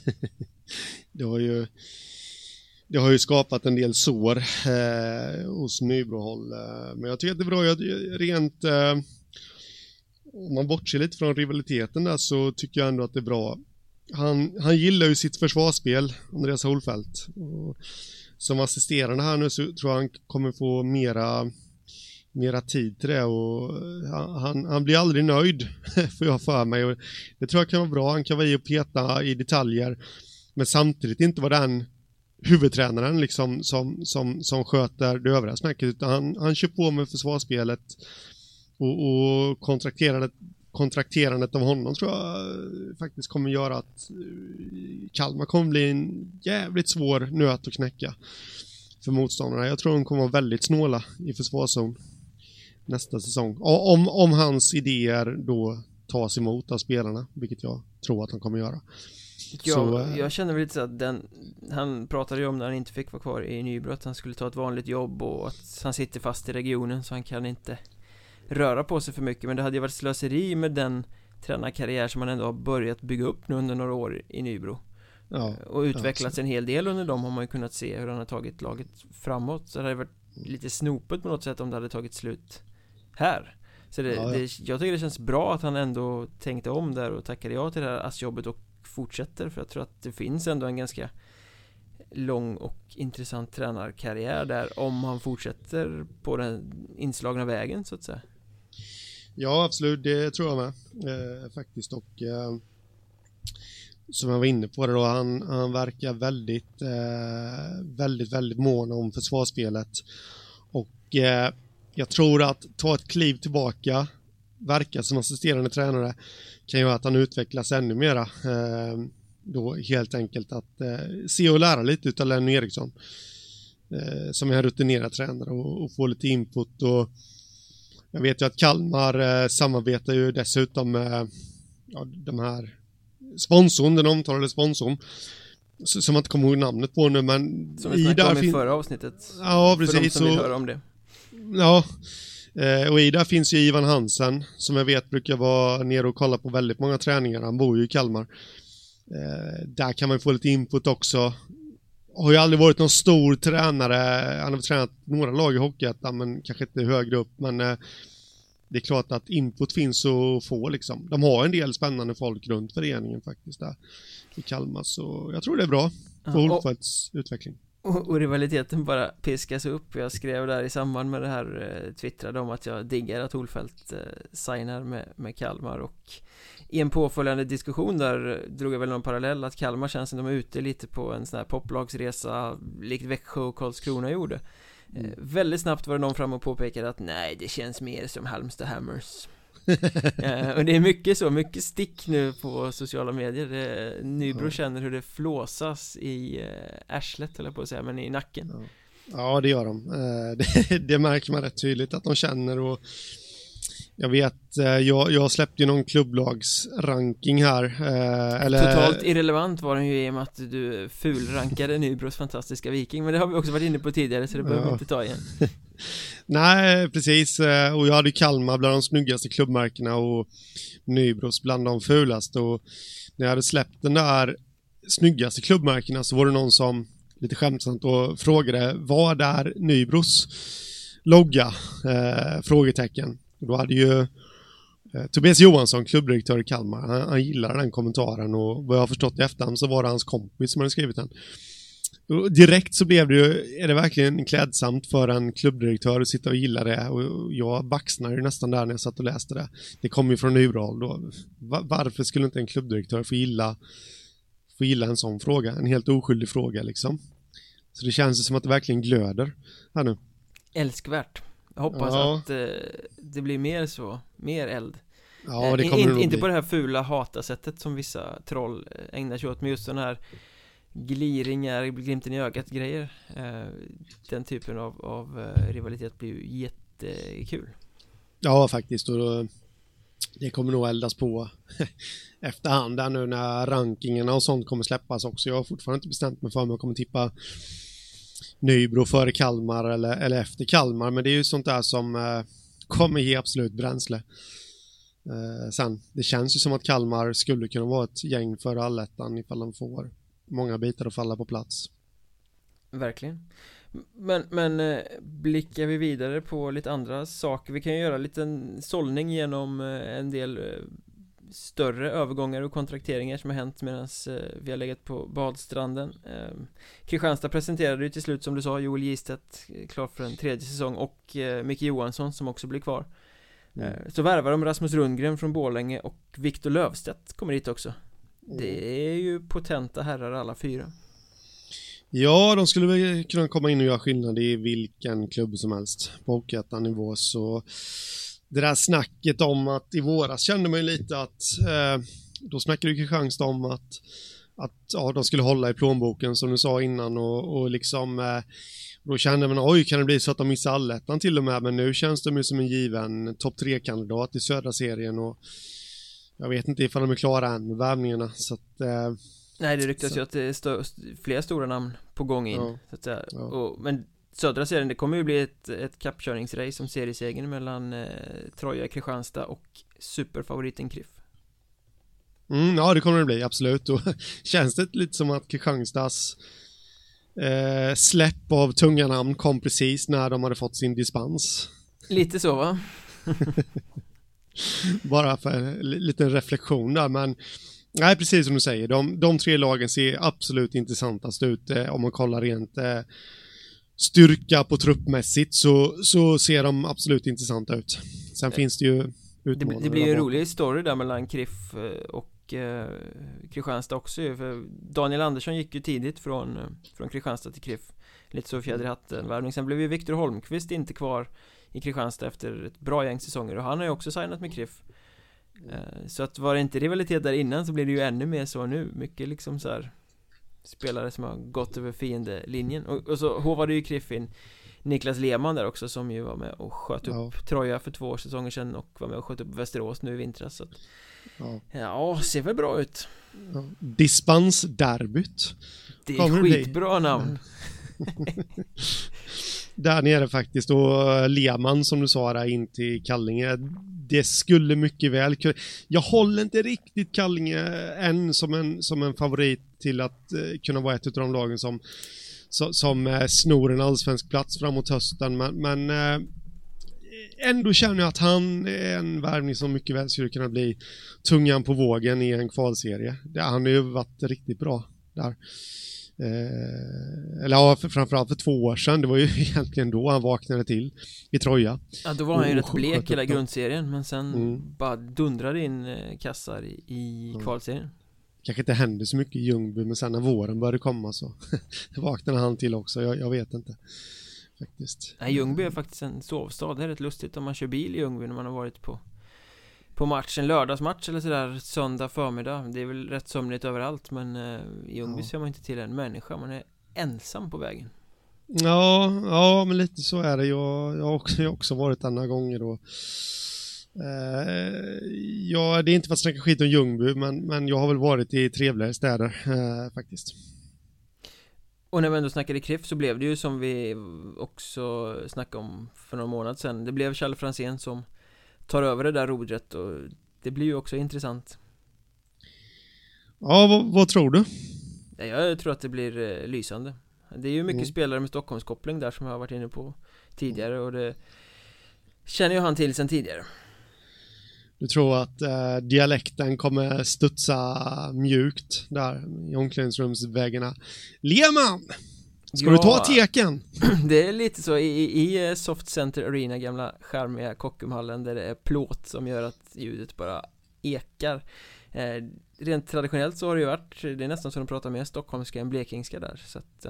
Det har ju skapat en del sår hos Nybrohåll. Men jag tycker att det är bra. Rent om man bortser lite från rivaliteten där, så tycker jag ändå att det är bra. Han gillar ju sitt försvarsspel, Andreas Holfeldt. Och som assisterande här nu så tror jag han kommer få mera tid till det, och han blir aldrig nöjd får jag för mig, och det tror jag kan vara bra. Han kan vara i och peta i detaljer, men samtidigt inte vara den huvudtränaren liksom som sköter det övriga snacket, utan han kör på med försvarsspelet och kontrakterandet av honom tror jag faktiskt kommer göra att Kalmar kommer bli en jävligt svår nöt att knäcka för motståndarna. Jag tror de kommer vara väldigt snåla i försvarszon nästa säsong. Om hans idéer då tas emot av spelarna, vilket jag tror att han kommer göra. Ja, jag känner väl lite så att han pratade ju om när han inte fick vara kvar i Nybro att han skulle ta ett vanligt jobb och att han sitter fast i regionen så han kan inte röra på sig för mycket, men det hade ju varit slöseri med den tränarkarriär som han ändå har börjat bygga upp nu under några år i Nybro. Ja, och utvecklats en hel del under dem, har man ju kunnat se hur han har tagit laget framåt, så det hade varit lite snopet på något sätt om det hade tagit slut här. Så jag tycker det känns bra att han ändå tänkte om där och tackade ja till det här ASS-jobbet och fortsätter, för jag tror att det finns ändå en ganska lång och intressant tränarkarriär där om han fortsätter på den inslagna vägen så att säga. Ja, absolut, det tror jag med faktiskt, och som jag var inne på det då, han verkar väldigt mån om försvarsspelet, och jag tror att ta ett kliv tillbaka, verka som assisterande tränare, kan göra att han utvecklas ännu mera. Då helt enkelt att se och lära lite utav Lenn Eriksson som är en rutinerad tränare och få lite input. Och jag vet ju att Kalmar samarbetar ju dessutom med de här sponsorn, den omtalade sponsorn som man inte kommer ihåg namnet på nu, men som vi snackade om i förra avsnittet. Ja, precis. För de som vill höra om det. Ja, och i där finns ju Ivan Hansen som jag vet brukar vara nere och kolla på väldigt många träningar. Han bor ju i Kalmar. Där kan man få lite input också. Har ju aldrig varit någon stor tränare. Han har tränat några lag i Hockeyettan, men kanske inte högre upp. Men det är klart att input finns att få liksom. De har en del spännande folk runt föreningen faktiskt där i Kalmar. Så jag tror det är bra för Holfeldts utveckling. Och rivaliteten bara piskas upp. Jag skrev där i samband med det här twittrade om att jag diggar att Holfeldt signar med Kalmar, och i en påföljande diskussion där drog jag väl någon parallell att Kalmar känns som de är ute lite på en sån här poplagsresa likt Växjö och Karlskrona gjorde. Väldigt snabbt var det någon fram och påpekade att nej, det känns mer som Halmstad Hammers. Och det är mycket stick nu på sociala medier. Nybro känner hur det flåsas i arslet, eller på att säga, men i nacken. Ja, det gör de. Det märker man rätt tydligt att de känner, och jag vet, jag släppte ju någon klubblagsranking här. Totalt irrelevant var den ju i och med att du fulrankade Nybros fantastiska Viking, men det har vi också varit inne på tidigare, så det behöver vi inte ta igen. Nej, precis. Och jag hade Kalmar bland de snyggaste klubbmärkena och Nybros bland de fulaste. Och när jag hade släppt den där snyggaste klubbmärkena så var det någon som lite skämtsamt och frågade vad är Nybros logga? Frågetecken. Och då hade ju Tobias Johansson, klubbdirektör i Kalmar, han gillade den kommentaren, och vad jag har förstått i efterhand så var det hans kompis som hade skrivit den. Och direkt så blev det ju, är det verkligen klädsamt för en klubbdirektör att sitta och gilla det, och jag baxnade ju nästan där när jag satt och läste det. Det kom ju från Ural då. Varför skulle inte en klubbdirektör få gilla en sån fråga? En helt oskyldig fråga liksom. Så det känns som att det verkligen glöder här nu. Älskvärt. Jag hoppas att det blir mer så, mer eld. Ja, det kommer inte på det här fula hatasättet som vissa troll ägnar sig åt, med just sån här gliringar, glimten i ögat grejer. Den typen av rivalitet blir ju jättekul. Ja, faktiskt. Och det kommer nog eldas på efterhand där nu när rankingarna och sånt kommer släppas också. Jag har fortfarande inte bestämt mig för om jag kommer tippa Nybro före Kalmar eller efter Kalmar, men det är ju sånt där som kommer ge absolut bränsle. Sen, det känns ju som att Kalmar skulle kunna vara ett gäng för allettan ifall de får många bitar att falla på plats. Verkligen. Men blickar vi vidare på lite andra saker. Vi kan ju göra en liten sållning genom en del större övergångar och kontrakteringar som har hänt medan vi har legat på badstranden. Kristianstad presenterade ju till slut, som du sa, Joel Gistedt klar för en 3:e säsong, och Micke Johansson som också blir kvar. Så värvar de Rasmus Rundgren från Borlänge, och Viktor Lövstedt kommer hit också. Det är ju potenta herrar alla fyra. Ja, de skulle väl kunna komma in och göra skillnad i vilken klubb som helst på Hockeyettan-nivå. Så det där snacket om att i våras kände man ju lite att då snackade Kristianstad om att ja, de skulle hålla i plånboken som du sa innan, och liksom då kände man, oj, kan det bli så att de missar allettan till och med, men nu känns de ju som en given topp 3-kandidat i södra serien, och jag vet inte ifall de är klara än med värvningarna, så att nej, det ryktas ju att det är flera stora namn på gång in, ja, så att säga. ja. Men södra serien, det kommer ju bli ett kappkörningsrace som seriesegern mellan Troja, Kristianstad och superfavoriten Kriff. Ja, det kommer det bli, absolut. Och känns det lite som att Kristianstads släpp av tunga namn kom precis när de hade fått sin dispens. Lite så, va? Bara för en liten reflektion där, men nej, precis som du säger, de tre lagen ser absolut intressantast ut. Om man kollar rent styrka på truppmässigt så ser de absolut intressanta ut. Sen finns det ju utmaningar. Det blir ju en rolig story där mellan Kriff och Kristianstad också, för Daniel Andersson gick ju tidigt från Kristianstad till Kriff, lite så fjäder i hatten värvning. Sen blev ju Viktor Holmqvist inte kvar i Kristianstad efter ett bra gäng säsonger, och han har ju också signat med Kriff. Så att var det inte rivalitet där innan, så blir det ju ännu mer så nu. Mycket liksom så här spelare som har gått över fiendelinjen, och så hovade ju Kriff in Niklas Lehmann där också, som ju var med och sköt upp Troja för 2 säsonger sedan, och var med och sköt upp Västerås nu i vintras, så att, ja, ser väl bra ut. Dispensderbyt. Det är skitbra namn. Där nere faktiskt, och Lehmann som du sa där in till Kallinge, det skulle mycket väl kunna. Jag håller inte riktigt Kallinge än som en favorit till att kunna vara ett av de lagen som snor en allsvensk plats framåt hösten, men ändå känner jag att han är en värvning som mycket väl skulle kunna bli tungan på vågen i en kvalserie. Han har ju varit riktigt bra där. Eller ja, framförallt för 2 år sedan. Det var ju egentligen då han vaknade till i Troja. Ja, då var han ju rätt blek hela grundserien, men sen bara dundrade in kassar i kvalserien. Kanske inte hände så mycket i Ljungby, men sen när våren började komma så vaknade han till också. Jag vet inte faktiskt. Nej, Ljungby är faktiskt en sovstad. Det är rätt lustigt om man kör bil i Ljungby när man har varit på match, en lördagsmatch eller sådär, söndag förmiddag. Det är väl rätt sömnigt överallt, men i Ljungby ser man inte till en människa. Man är ensam på vägen. Ja, men lite så är det. Jag har också varit där några gånger då. Ja, det är inte för att snacka skit om Ljungby, men jag har väl varit i trevligare städer faktiskt. Och när vi ändå snackade Kriff, så blev det ju som vi också snackade om för några månader sedan. Det blev Kjell Fransén som tar över det där rodret, och det blir ju också intressant. Ja, vad tror du? Ja, jag tror att det blir lysande. Det är ju mycket spelare med Stockholmskoppling där som jag har varit inne på tidigare, och det känner ju han till sedan tidigare. Du tror att dialekten kommer studsa mjukt där i omklädningsrumsväggarna? Lehmann! Ska du ta teken? Det är lite så i Soft Center Arena, gamla charmiga Kockumhallen, där det är plåt som gör att ljudet bara ekar. Rent traditionellt så har det ju varit, det är nästan så de pratar mer stockholmska än blekingska där, så att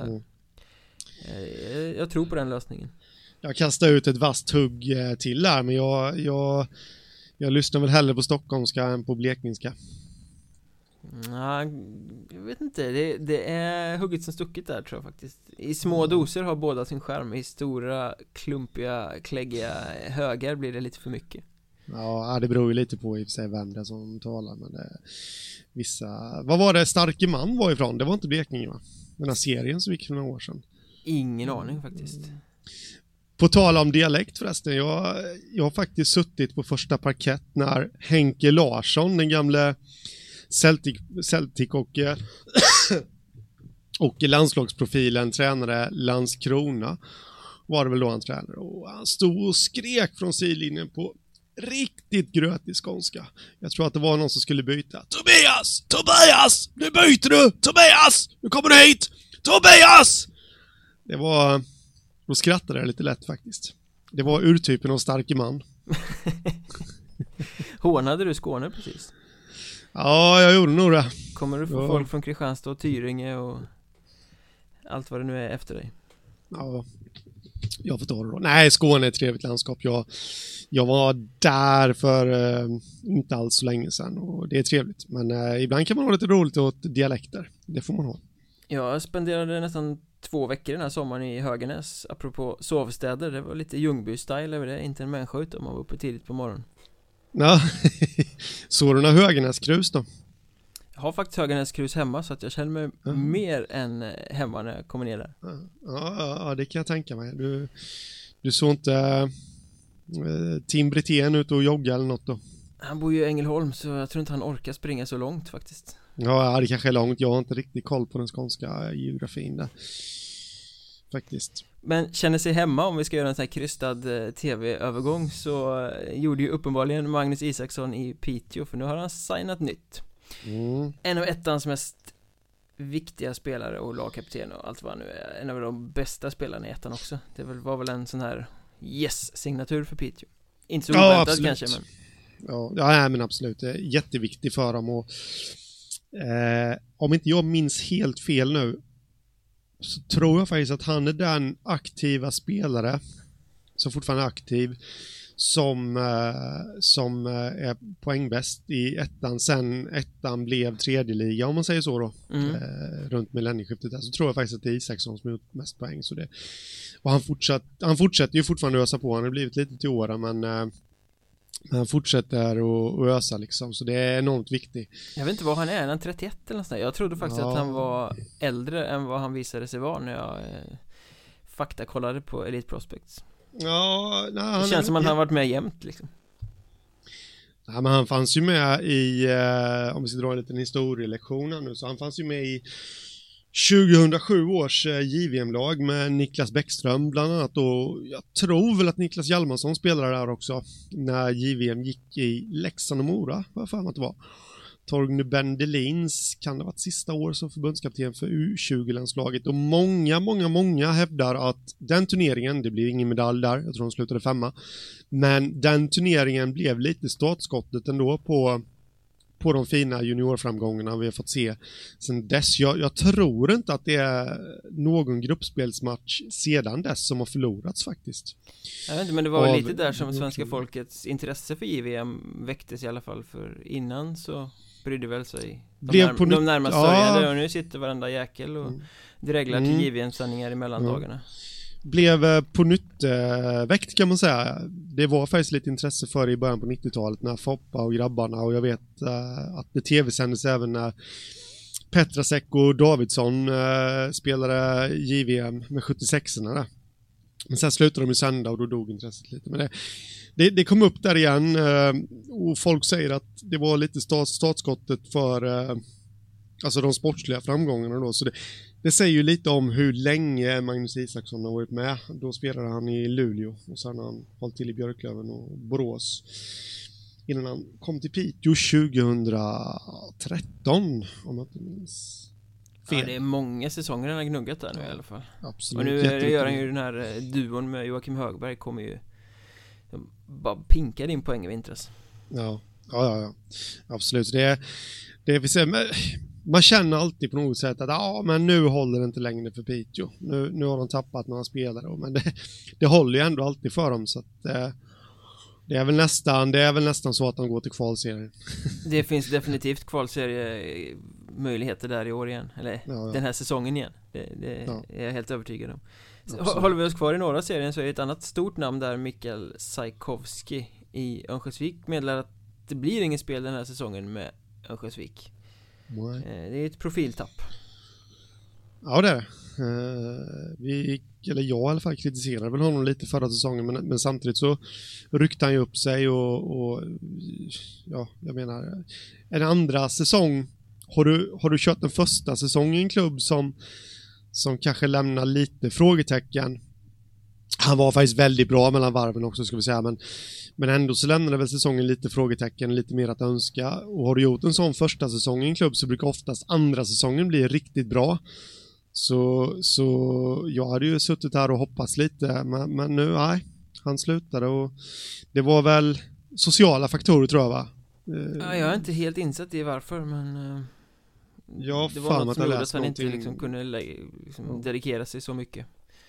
jag tror på den lösningen. Jag kastar ut ett vasst hugg till här, men jag lyssnar väl hellre på stockholmska än på blekingska. Ja, jag vet inte, det är hugget som stucket där, tror jag faktiskt. I små doser har båda sin charm. I stora, klumpiga, kläggiga högar blir det lite för mycket. Ja, det beror ju lite på i och för sig vem det som talar, men vissa... Vad var det Starke man var ifrån? Det var inte Blekinge, va? Den här serien som gick för några år sedan. Ingen aning faktiskt. På tal om dialekt förresten, jag har faktiskt suttit på första parkett när Henke Larsson, den gamle Celtic och landslagsprofilen, tränare Landskrona, var det väl då han tränade, och han stod och skrek från sidlinjen på riktigt grötig skånska. Jag tror att det var någon som skulle byta. Tobias, nu byter du! Tobias, nu kommer du hit! Tobias! Det var... Då skrattade jag lite lätt faktiskt. Det var urtypen av Starke man. Hånade du Skåne precis? Ja, jag gjorde nog det. Kommer du få folk från Kristianstad och Tyringe och allt vad det nu är efter dig? Ja, jag får ta det då. Nej, Skåne är ett trevligt landskap. Jag var där för inte alls så länge sedan, och det är trevligt. Men ibland kan man ha lite roligt åt dialekter. Det får man ha. Jag spenderade nästan 2 veckor den här sommaren i Höganäs. Apropå sovstäder, det var lite Ljungby-style över det. Inte en människa utan man var uppe tidigt på morgonen. Ja, såg du några Höganäs-krus då? Jag har faktiskt Höganäs-krus hemma, så att jag känner mig mer än hemma när jag kommer ner där. Ja, det kan jag tänka mig. Du såg inte Tim Brithén ut och jogga eller något då? Han bor ju i Ängelholm, så jag tror inte han orkar springa så långt faktiskt. Ja, det kanske är långt. Jag har inte riktigt koll på den skånska geografin där. Faktiskt. Men känner sig hemma, om vi ska göra en sån här krystad tv-övergång, så gjorde ju uppenbarligen Magnus Isaksson i Piteå, för nu har han signat nytt. En av ettans mest viktiga spelare och lagkapten och allt vad nu är. En av de bästa spelarna i ettan också. Det var väl en sån här signatur för Piteå. Inte så oväntat kanske, men... Ja, men absolut. Det är jätteviktigt för dem, och om inte jag minns helt fel nu, så tror jag faktiskt att han är den aktiva spelare som fortfarande är aktiv som är poängbäst i ettan sen ettan blev tredje liga, om man säger så då, runt millennieskiftet där, så tror jag faktiskt att det är Isaksson som har gjort mest poäng, så det, och han fortsätter ju fortfarande ösa på. Han har blivit lite till åren, men han fortsätter att ösa liksom, så det är enormt viktigt. Jag vet inte vad han är han 31 eller något sånt. Jag trodde faktiskt att han var äldre än vad han visade sig vara när jag faktakollade på Elite Prospects. Det känns som att han har varit med jämt liksom. Ja, men han fanns ju med i, om vi ska dra en liten historielektion nu, så han fanns ju med i 2007 års JVM-lag med Niklas Bäckström bland annat, och jag tror väl att Niklas Hjalmarsson spelade där också när JVM gick i Leksand och Mora, vad fan att det var. Torgny Bendelins kan det ha varit sista år som förbundskapten för U20-landslaget, och många hävdar att den turneringen, det blev ingen medalj där, jag tror de slutade 5, men den turneringen blev lite startskottet ändå på de fina juniorframgångarna vi har fått se sen dess. Jag tror inte att det är någon gruppspelsmatch sedan dess som har förlorats faktiskt. Jag vet inte, men det var lite där som svenska folkets intresse för JVM väcktes i alla fall, för innan så brydde väl sig de närmast sörjande, och nu sitter varenda jäkel och dreglar till JVM-sändningar i mellandagarna. Blev på nytt väckt kan man säga. Det var faktiskt lite intresse för i början på 90-talet när Foppa och grabbarna, och jag vet att det tv-sändes även när Petrasek och Davidsson spelade JVM med 76orna där. Men sen slutade de ju sända och då dog intresset lite. Men det kom upp där igen, och folk säger att det var lite startskottet för alltså de sportsliga framgångarna då, så det säger ju lite om hur länge Magnus Isaksson har varit med. Då spelade han i Luleå, och sen har han hållit till i Björklöven och Borås innan han kom till Piteå 2013, om jag inte minns fel. Ja, det är många säsonger han har gnuggat där nu i alla fall. Absolut. Och nu gör han ju den här duon med Joakim Högberg, kommer ju bara pinkade in poäng i vintras. Ja. Absolut. Det vill säga, man känner alltid på något sätt att men nu håller det inte längre för Piteå. Nu har de tappat några spelare, men det håller ju ändå alltid för dem, så att det är väl nästan så att de går till kvalserien. Det finns definitivt kvalserie möjligheter där i år igen, eller den här säsongen igen. Det är jag helt övertygad om. Håller vi oss kvar i norra serien så är det ett annat stort namn där, Mikael Sajkovski i Örnsköldsvik meddelar att det blir ingen spel den här säsongen med Örnsköldsvik. Det är ett profiltapp. Ja, det är det. Jag i alla fall kritiserade väl honom lite förra säsongen, men samtidigt så ryckte han ju upp sig och jag menar, en andra säsong, har du kört den första säsongen i en klubb som kanske lämnar lite frågetecken. Han var faktiskt väldigt bra mellan varven också, ska vi säga, men ändå så lämnade väl säsongen lite frågetecken, lite mer att önska. Och har du gjort en sån första säsong i en klubb så brukar oftast andra säsongen bli riktigt bra. Så jag hade ju suttit här och hoppats lite, men nu, han slutade, och det var väl sociala faktorer, tror jag, va? Ja, jag är inte helt insatt i varför, men det var något som gjorde att han inte liksom kunde dedikera sig så mycket.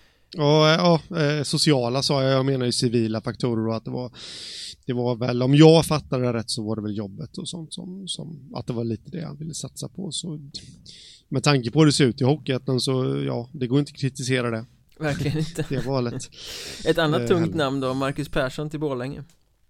Sociala sa jag menar ju civila faktorer, och att det var väl, om jag fattade det rätt, så var det väl jobbet och sånt som att det var lite det han ville satsa på. Så med tanke på hur det ser ut i Hockeyettan, så det går inte att kritisera det. Verkligen inte. Det var lätt. Ett annat tungt namn då, Marcus Persson till Borlänge.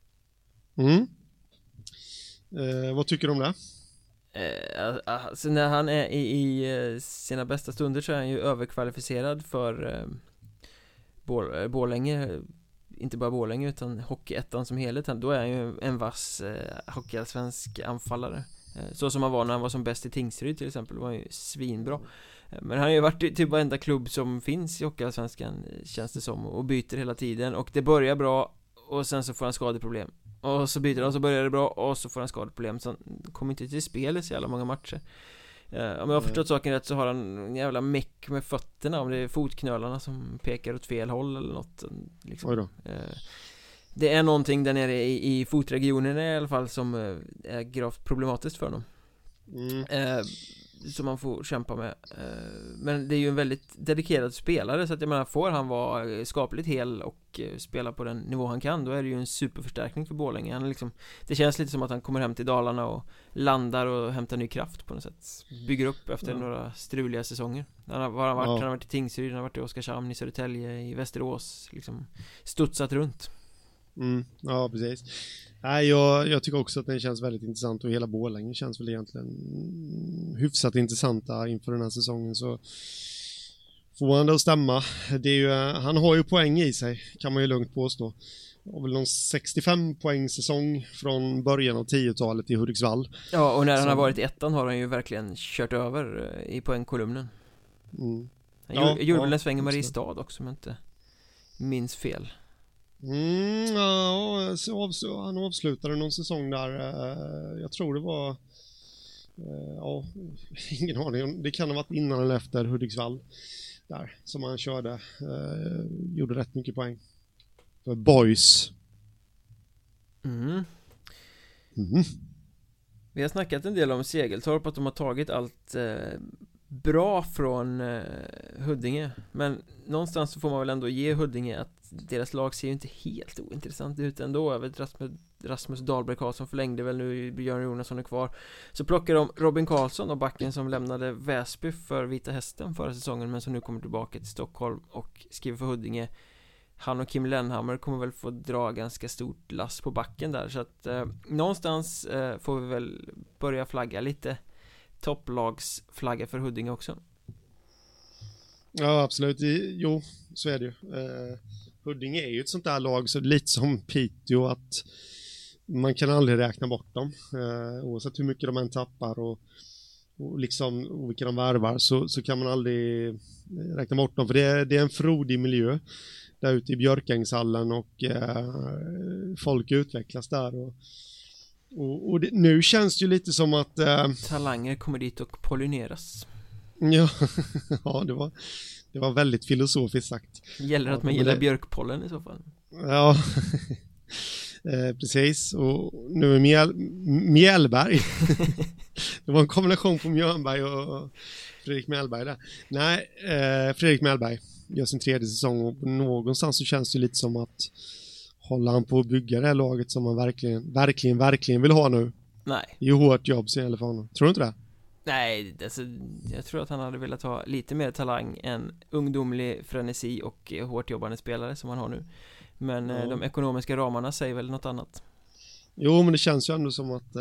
Vad tycker du om det? Alltså när han är i sina bästa stunder så är han ju överkvalificerad för Borlänge. Inte bara Borlänge utan Hockeyettan som helhet. Då är han ju en vass hockeyallsvensk anfallare. Så som han var när han var som bäst i Tingsryd till exempel, var han ju svinbra. Men han har ju varit i typ varenda klubb som finns i hockeyallsvenskan, känns det som, och byter hela tiden. Och det börjar bra, och sen så får han skadeproblem. Och så byter han, och så börjar det bra, och så får han skadeproblem. Så han kommer inte till spel i så jävla många matcher. Om jag har förstått saken rätt så har han en jävla meck med fötterna, om det är fotknölarna som pekar åt fel håll eller något liksom. Det är någonting där nere i fotregionen i alla fall som är gravt problematiskt för honom. Som man får kämpa med. Men det är ju en väldigt dedikerad spelare, så att jag menar, får han vara skapligt hel och spela på den nivå han kan, då är det ju en superförstärkning för Borlänge. Han liksom, det känns lite som att han kommer hem till Dalarna och landar och hämtar ny kraft på något sätt. Bygger upp efter några struliga säsonger. Han har varit i Tingsryd, han har varit i Oskarshamn, i Södertälje, i Västerås, liksom studsat runt. Ja, precis. Nej, jag tycker också att den känns väldigt intressant, och hela Borlänge känns väl egentligen hyfsat intressanta inför den här säsongen, så får han det att stämma. Det är ju, han har ju poäng i sig, kan man ju lugnt påstå. Och väl någon 65 poäng säsong från början av 10-talet i Hudiksvall. Ja, och när han har varit i ettan har han ju verkligen kört över i poängkolumnen. Han gjorde väl en sväng i Mariestad också, om jag inte minns fel. Han avslutade någon säsong där, jag tror det var ingen aning, det kan ha varit innan eller efter Hudiksvall där, som han körde, gjorde rätt mycket poäng för Boys. Vi har snackat en del om Segeltorp, att de har tagit allt bra från Huddinge, men någonstans så får man väl ändå ge Huddinge att deras lag ser ju inte helt ointressant ut ändå. Jag vet, Rasmus Dahlberg Karlsson förlängde väl nu, Björn Jonasson är kvar. Så plockar de Robin Karlsson och backen som lämnade Väsby för Vita Hästen förra säsongen, men som nu kommer tillbaka till Stockholm och skriver för Huddinge. Han och Kim Lennhammer kommer väl få dra ganska stort lass på backen där, så att någonstans får vi väl börja flagga lite topplagsflagga för Huddinge också. Ja, absolut. Jo, så är det ju. Huddinge är ju ett sånt där lag, så lite som Piteå, att man kan aldrig räkna bort dem. Oavsett hur mycket de än tappar och liksom, och vilka de värvar, så kan man aldrig räkna bort dem. För det är en frodig miljö där ute i Björkängshallen, och folk utvecklas där. Och nu känns det ju lite som att talanger kommer dit och pollineras. Ja, ja det var väldigt filosofiskt sagt. Gäller att man gillar björkpollen i så fall. Ja, precis. Och nu är Mjällberg. Det var en kombination på Mjörnberg och Fredrik Mjällberg där. Nej, Fredrik Mjällberg gör sin 3:e säsong och någonstans så känns det lite som att håller han på att bygga det här laget som man verkligen vill ha nu. Nej. Det är ju hårt jobb så i alla fall. Tror du inte det? Nej, alltså, jag tror att han hade velat ha lite mer talang än ungdomlig frenesi och hårt jobbande spelare som han har nu. Men de ekonomiska ramarna säger väl något annat. Jo, men det känns ju ändå som att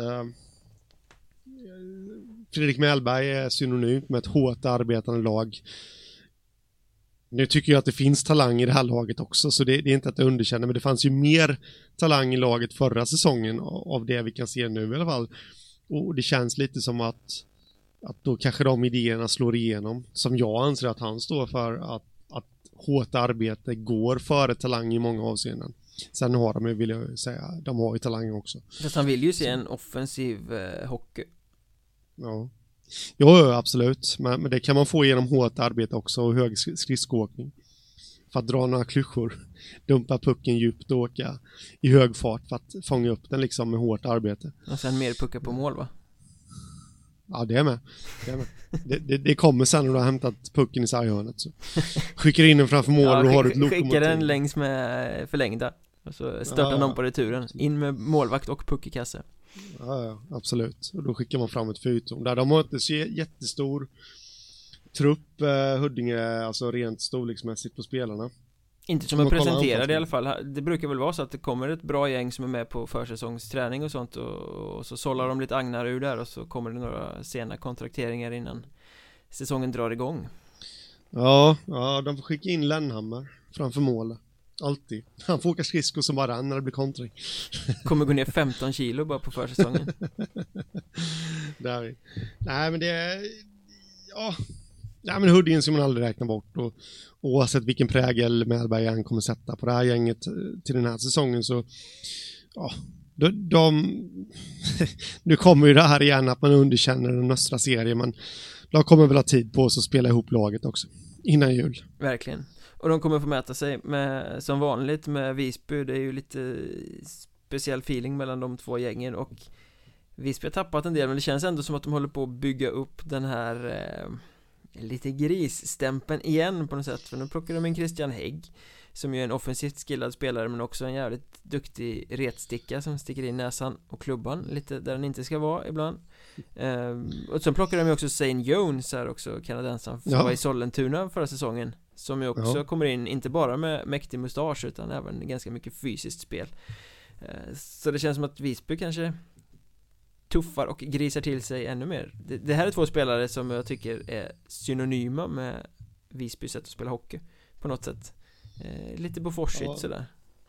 Fredrik Mjällberg är synonymt med ett hårt arbetande lag. Nu tycker jag att det finns talang i det här laget också, så det är inte att jag underkänner, men det fanns ju mer talang i laget förra säsongen av det vi kan se nu i alla fall. Och det känns lite som att då kanske de idéerna slår igenom, som jag anser att han står för, att hårt arbete går före talang i många avseenden. Sen har de ju, vill jag säga, de har ju talang också. Fast han vill ju se en offensiv hockey. Ja. Jo, absolut. Men det kan man få genom hårt arbete också och hög skridskoåkning. För att dra några klyschor. Dumpa pucken djupt och åka i hög fart för att fånga upp den liksom med hårt arbete. Och sen mer puckar på mål, va? Ja, det är med. Det kommer sen när du har hämtat pucken i sarghörnet. Så. Skickar in den framför mål och har ett lokomotiv. Skickar den längs med förlängda. Och så startar någon på returen. In med målvakt och puck i kasse. Ja, absolut. Och då skickar man fram ett fyrtorn. Där de har inte så jättestor trupp, Huddinge, alltså rent storleksmässigt på spelarna. Inte som man presenterar i alla fall. Det brukar väl vara så att det kommer ett bra gäng som är med på försäsongsträning och sånt, och så sållar de lite agnar ur där, och så kommer det några sena kontrakteringar innan säsongen drar igång. Ja, de får skicka in Lennhammar framför målet. Alltid. Han får åka skridskor som bara när det blir kontring. Kommer gå ner 15 kilo bara på försäsongen. Där. Nej, men det är... Ja... Nej, men Huddinge ska man aldrig räkna bort, och oavsett vilken prägel Mjällberg han kommer sätta på det här gänget till den här säsongen, så ja, nu kommer ju det här igen att man underkänner den östra serien, men de kommer väl ha tid på sig att spela ihop laget också innan jul. Verkligen. Och de kommer få mäta sig med, som vanligt, med Visby. Det är ju lite speciell feeling mellan de två gängen, och Visby har tappat en del, men det känns ändå som att de håller på att bygga upp den här lite grisstämpeln igen på något sätt. För nu plockar de in Christian Hägg, som ju är en offensivt skillad spelare, men också en jävligt duktig retsticka som sticker in näsan och klubban lite där den inte ska vara ibland. Och så plockar de ju också Zane Jones här också, kanadensaren, som var i Sollentuna förra säsongen, som ju också kommer in inte bara med mäktig mustasch utan även ganska mycket fysiskt spel. Så det känns som att Visby kanske tuffar och grisar till sig ännu mer. Det här är två spelare som jag tycker är synonyma med Visby sätt att spela hockey på något sätt. Lite Boforsigt sådär.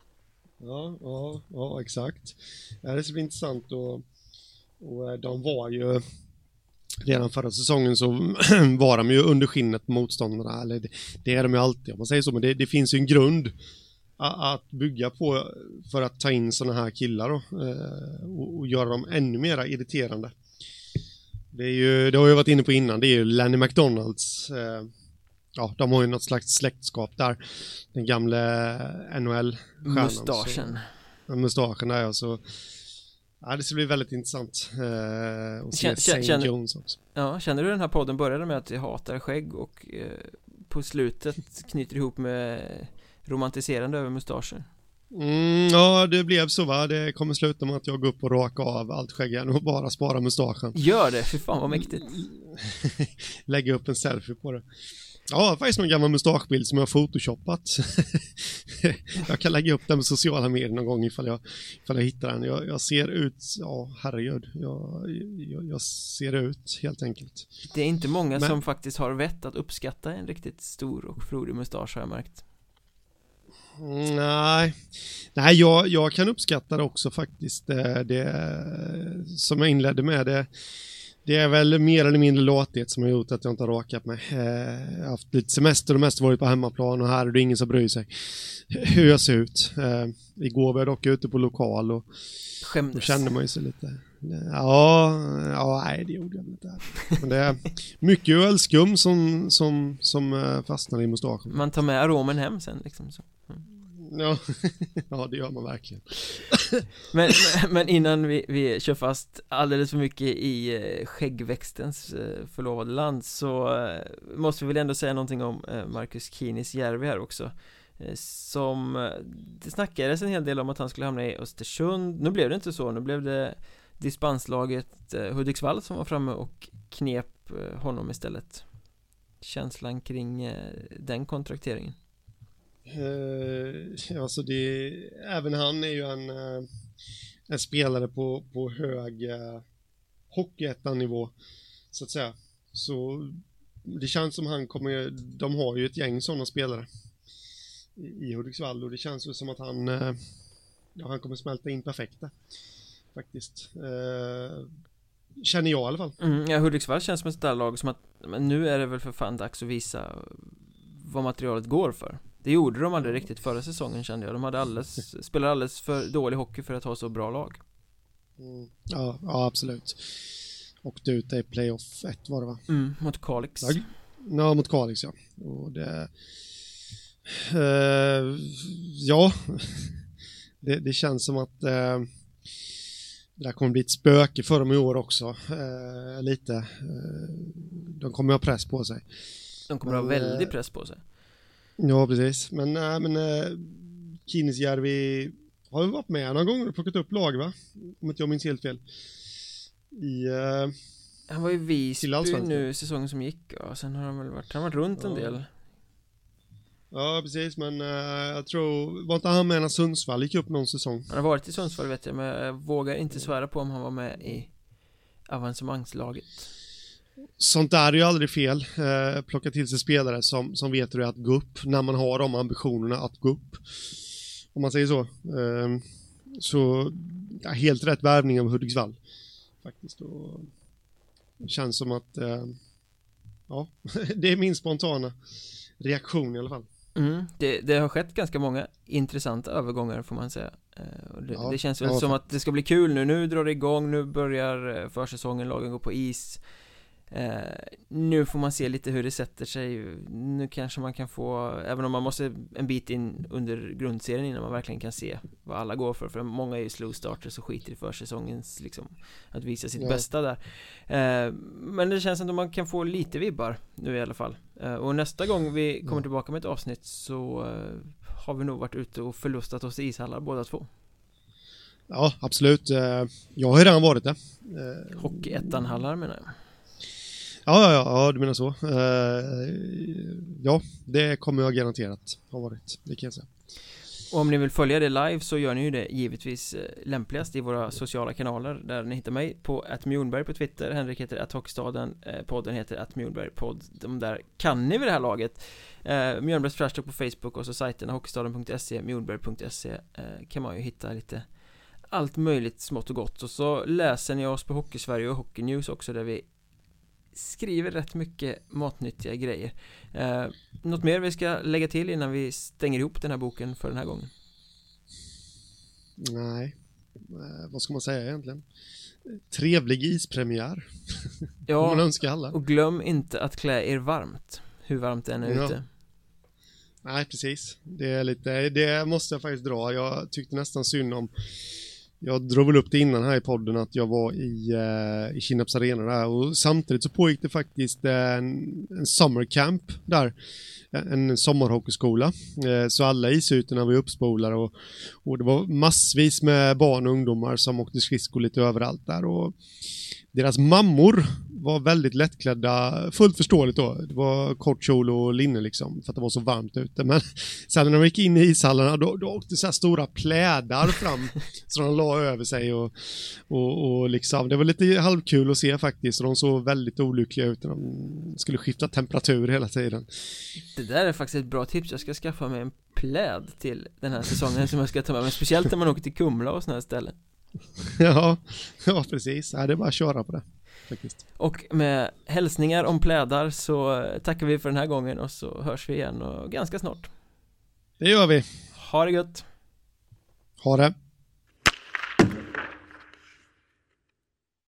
Ja, exakt. Det ska bli intressant, och de var ju redan förra säsongen så var de ju under skinnet på motståndarna, eller det är de ju alltid om man säger så, men det finns ju en grund att bygga på för att ta in såna här killar då, och göra dem ännu mer irriterande. Det har jag varit inne på innan, det är ju Lenny McDonalds, de har ju något slags släktskap där, den gamla NHL-stjärnan. Mustaschen där, så det ska bli väldigt intressant att se St. Jones också. Ja, känner du den här podden började med att jag hatar skägg och på slutet knyter ihop med romantiserande över mustascher? Ja, det blev så, va? Det kommer sluta med att jag går upp och rakar av allt skäggen och bara spara mustaschen. Gör det, för fan vad mäktigt. Lägga upp en selfie på det. Ja, faktiskt någon gammal mustaschbild som jag har photoshoppat. Jag kan lägga upp den på sociala medier någon gång ifall jag hittar den. Jag ser ut, herregud. Jag ser ut helt enkelt. Det är inte många som faktiskt har vett att uppskatta en riktigt stor och frodig mustasch, har jag märkt. Nej, jag kan uppskatta det också faktiskt. Det som jag inledde med, det är väl mer eller mindre lathet som har gjort att jag inte har rakat mig. Jag har haft lite semester och mest varit på hemmaplan, och här är det ingen som bryr sig hur jag ser ut. Igår var jag dock ute på lokal, och då kände man ju sig lite... Nej, det gjorde jag väl inte. Men det är mycket ölskum som fastnar i mustaschen. Man tar med aromen hem sen liksom så. Ja, ja, det gör man verkligen. Men innan vi kör fast alldeles för mycket i skäggväxtens förlovade land, så måste vi väl ändå säga någonting om Marcus Kinisjärvi här också. Som det snackades en hel del om att han skulle hamna i Östersund. Nu blev det inte så, nu blev det dispenslaget Hudiksvall som var framme och knep honom istället. Känslan kring den kontrakteringen? Alltså även han är ju en spelare på hög hockeyettan-nivå så att säga. Så det känns som de har ju ett gäng sådana spelare i Hudiksvall, och det känns ju som att han kommer smälta in perfekt där, faktiskt. Känner jag i alla fall. Ja, Hudiksvall känns som ett sådär lag som att men nu är det väl för fan dags att visa vad materialet går för. Det gjorde de aldrig riktigt förra säsongen, kände jag. De spelade alldeles för dålig hockey för att ha så bra lag. Ja, absolut. Åkte ut i playoff 1 var det, va? Mot Kalix. Ja, mot Kalix, ja. Och det... ja, det känns som att det där kommer bli ett spöke för dem i år också. Lite. De kommer ha press på sig. De kommer ha väldigt press på sig. Ja, precis. Men Kinisjärvi har ju varit med några gånger och plockat upp lag, va? Om inte jag minns helt fel. Han var ju Visby nu säsongen som gick, och sen har han väl varit runt en del. Ja, precis, men jag tror, var inte han med när Sundsvall gick upp någon säsong? Han har varit i Sundsvall, vet jag, men jag vågar inte svära på om han var med i avancemangslaget. Sånt där är ju aldrig fel. Plocka till sig spelare som vet hur det är att gå upp när man har de ambitionerna att gå upp. Om man säger så. Så ja, helt rätt värvning av Hudiksvall. Faktiskt. Och det känns som att ja, det är min spontana reaktion i alla fall. Det har skett ganska många intressanta övergångar, får man säga. Och det känns väl som att det ska bli kul nu. Nu drar det igång, nu börjar försäsongen, lagen går på is. Nu får man se lite hur det sätter sig. Nu kanske man kan få, även om man måste en bit in under grundserien innan man verkligen kan se vad alla går för många är ju slow starters och skiter i försäsongens liksom, att visa sitt bästa där. Men det känns som att man kan få lite vibbar nu i alla fall. Och nästa gång vi kommer tillbaka med ett avsnitt så har vi nog varit ute och förlustat oss i ishallar båda två. Ja, absolut. Jag har redan varit det. Hockeyettan-hallar menar jag. Ja, du menar så. Ja, det kommer jag garanterat ha varit, det kan jag säga. Och om ni vill följa det live så gör ni ju det givetvis lämpligast i våra sociala kanaler, där ni hittar mig på @Mjornberg på Twitter, Henrik heter @Hockeystaden, podden heter @Mjornbergpodd. De där kan ni vid det här laget. Mjörnbergs Trash Talk på Facebook och så sajterna hockeystaden.se, mjornberg.se kan man ju hitta lite allt möjligt smått och gott. Och så läser ni oss på Hockeysverige och Hockey News också, där vi skriver rätt mycket matnyttiga grejer. Något mer vi ska lägga till innan vi stänger ihop den här boken för den här gången? Nej, vad ska man säga egentligen? Trevlig ispremiär. Ja, man önskar alla. Och glöm inte att klä er varmt, hur varmt det än är ute. Nej, precis. Det måste jag faktiskt dra. Jag tyckte nästan synd om. Jag drog väl upp det innan här i podden att jag var i Kinnarps arena där, och samtidigt så pågick det faktiskt en summer camp där, en sommarhockeyskola, så alla isytorna var uppspolade och det var massvis med barn och ungdomar som åkte skridskor lite överallt där, och deras mammor var väldigt lättklädda, fullt förståeligt då. Det var kort kjol och linne liksom, för att det var så varmt ute. Men sen när de gick in i ishallarna, då åkte så här stora plädar fram så de la över sig och liksom, det var lite halvkul att se faktiskt. Och de såg väldigt olyckliga ut när de skulle skifta temperatur hela tiden. Det där är faktiskt ett bra tips. Jag ska skaffa mig en pläd till den här säsongen som jag ska ta med. Men speciellt när man åker till Kumla och såna här ställen. Ja, precis. Det är bara att köra på det faktiskt. Och med hälsningar om plädar så tackar vi för den här gången, och så hörs vi igen och ganska snart. Det gör vi. Ha det gött. Ha det.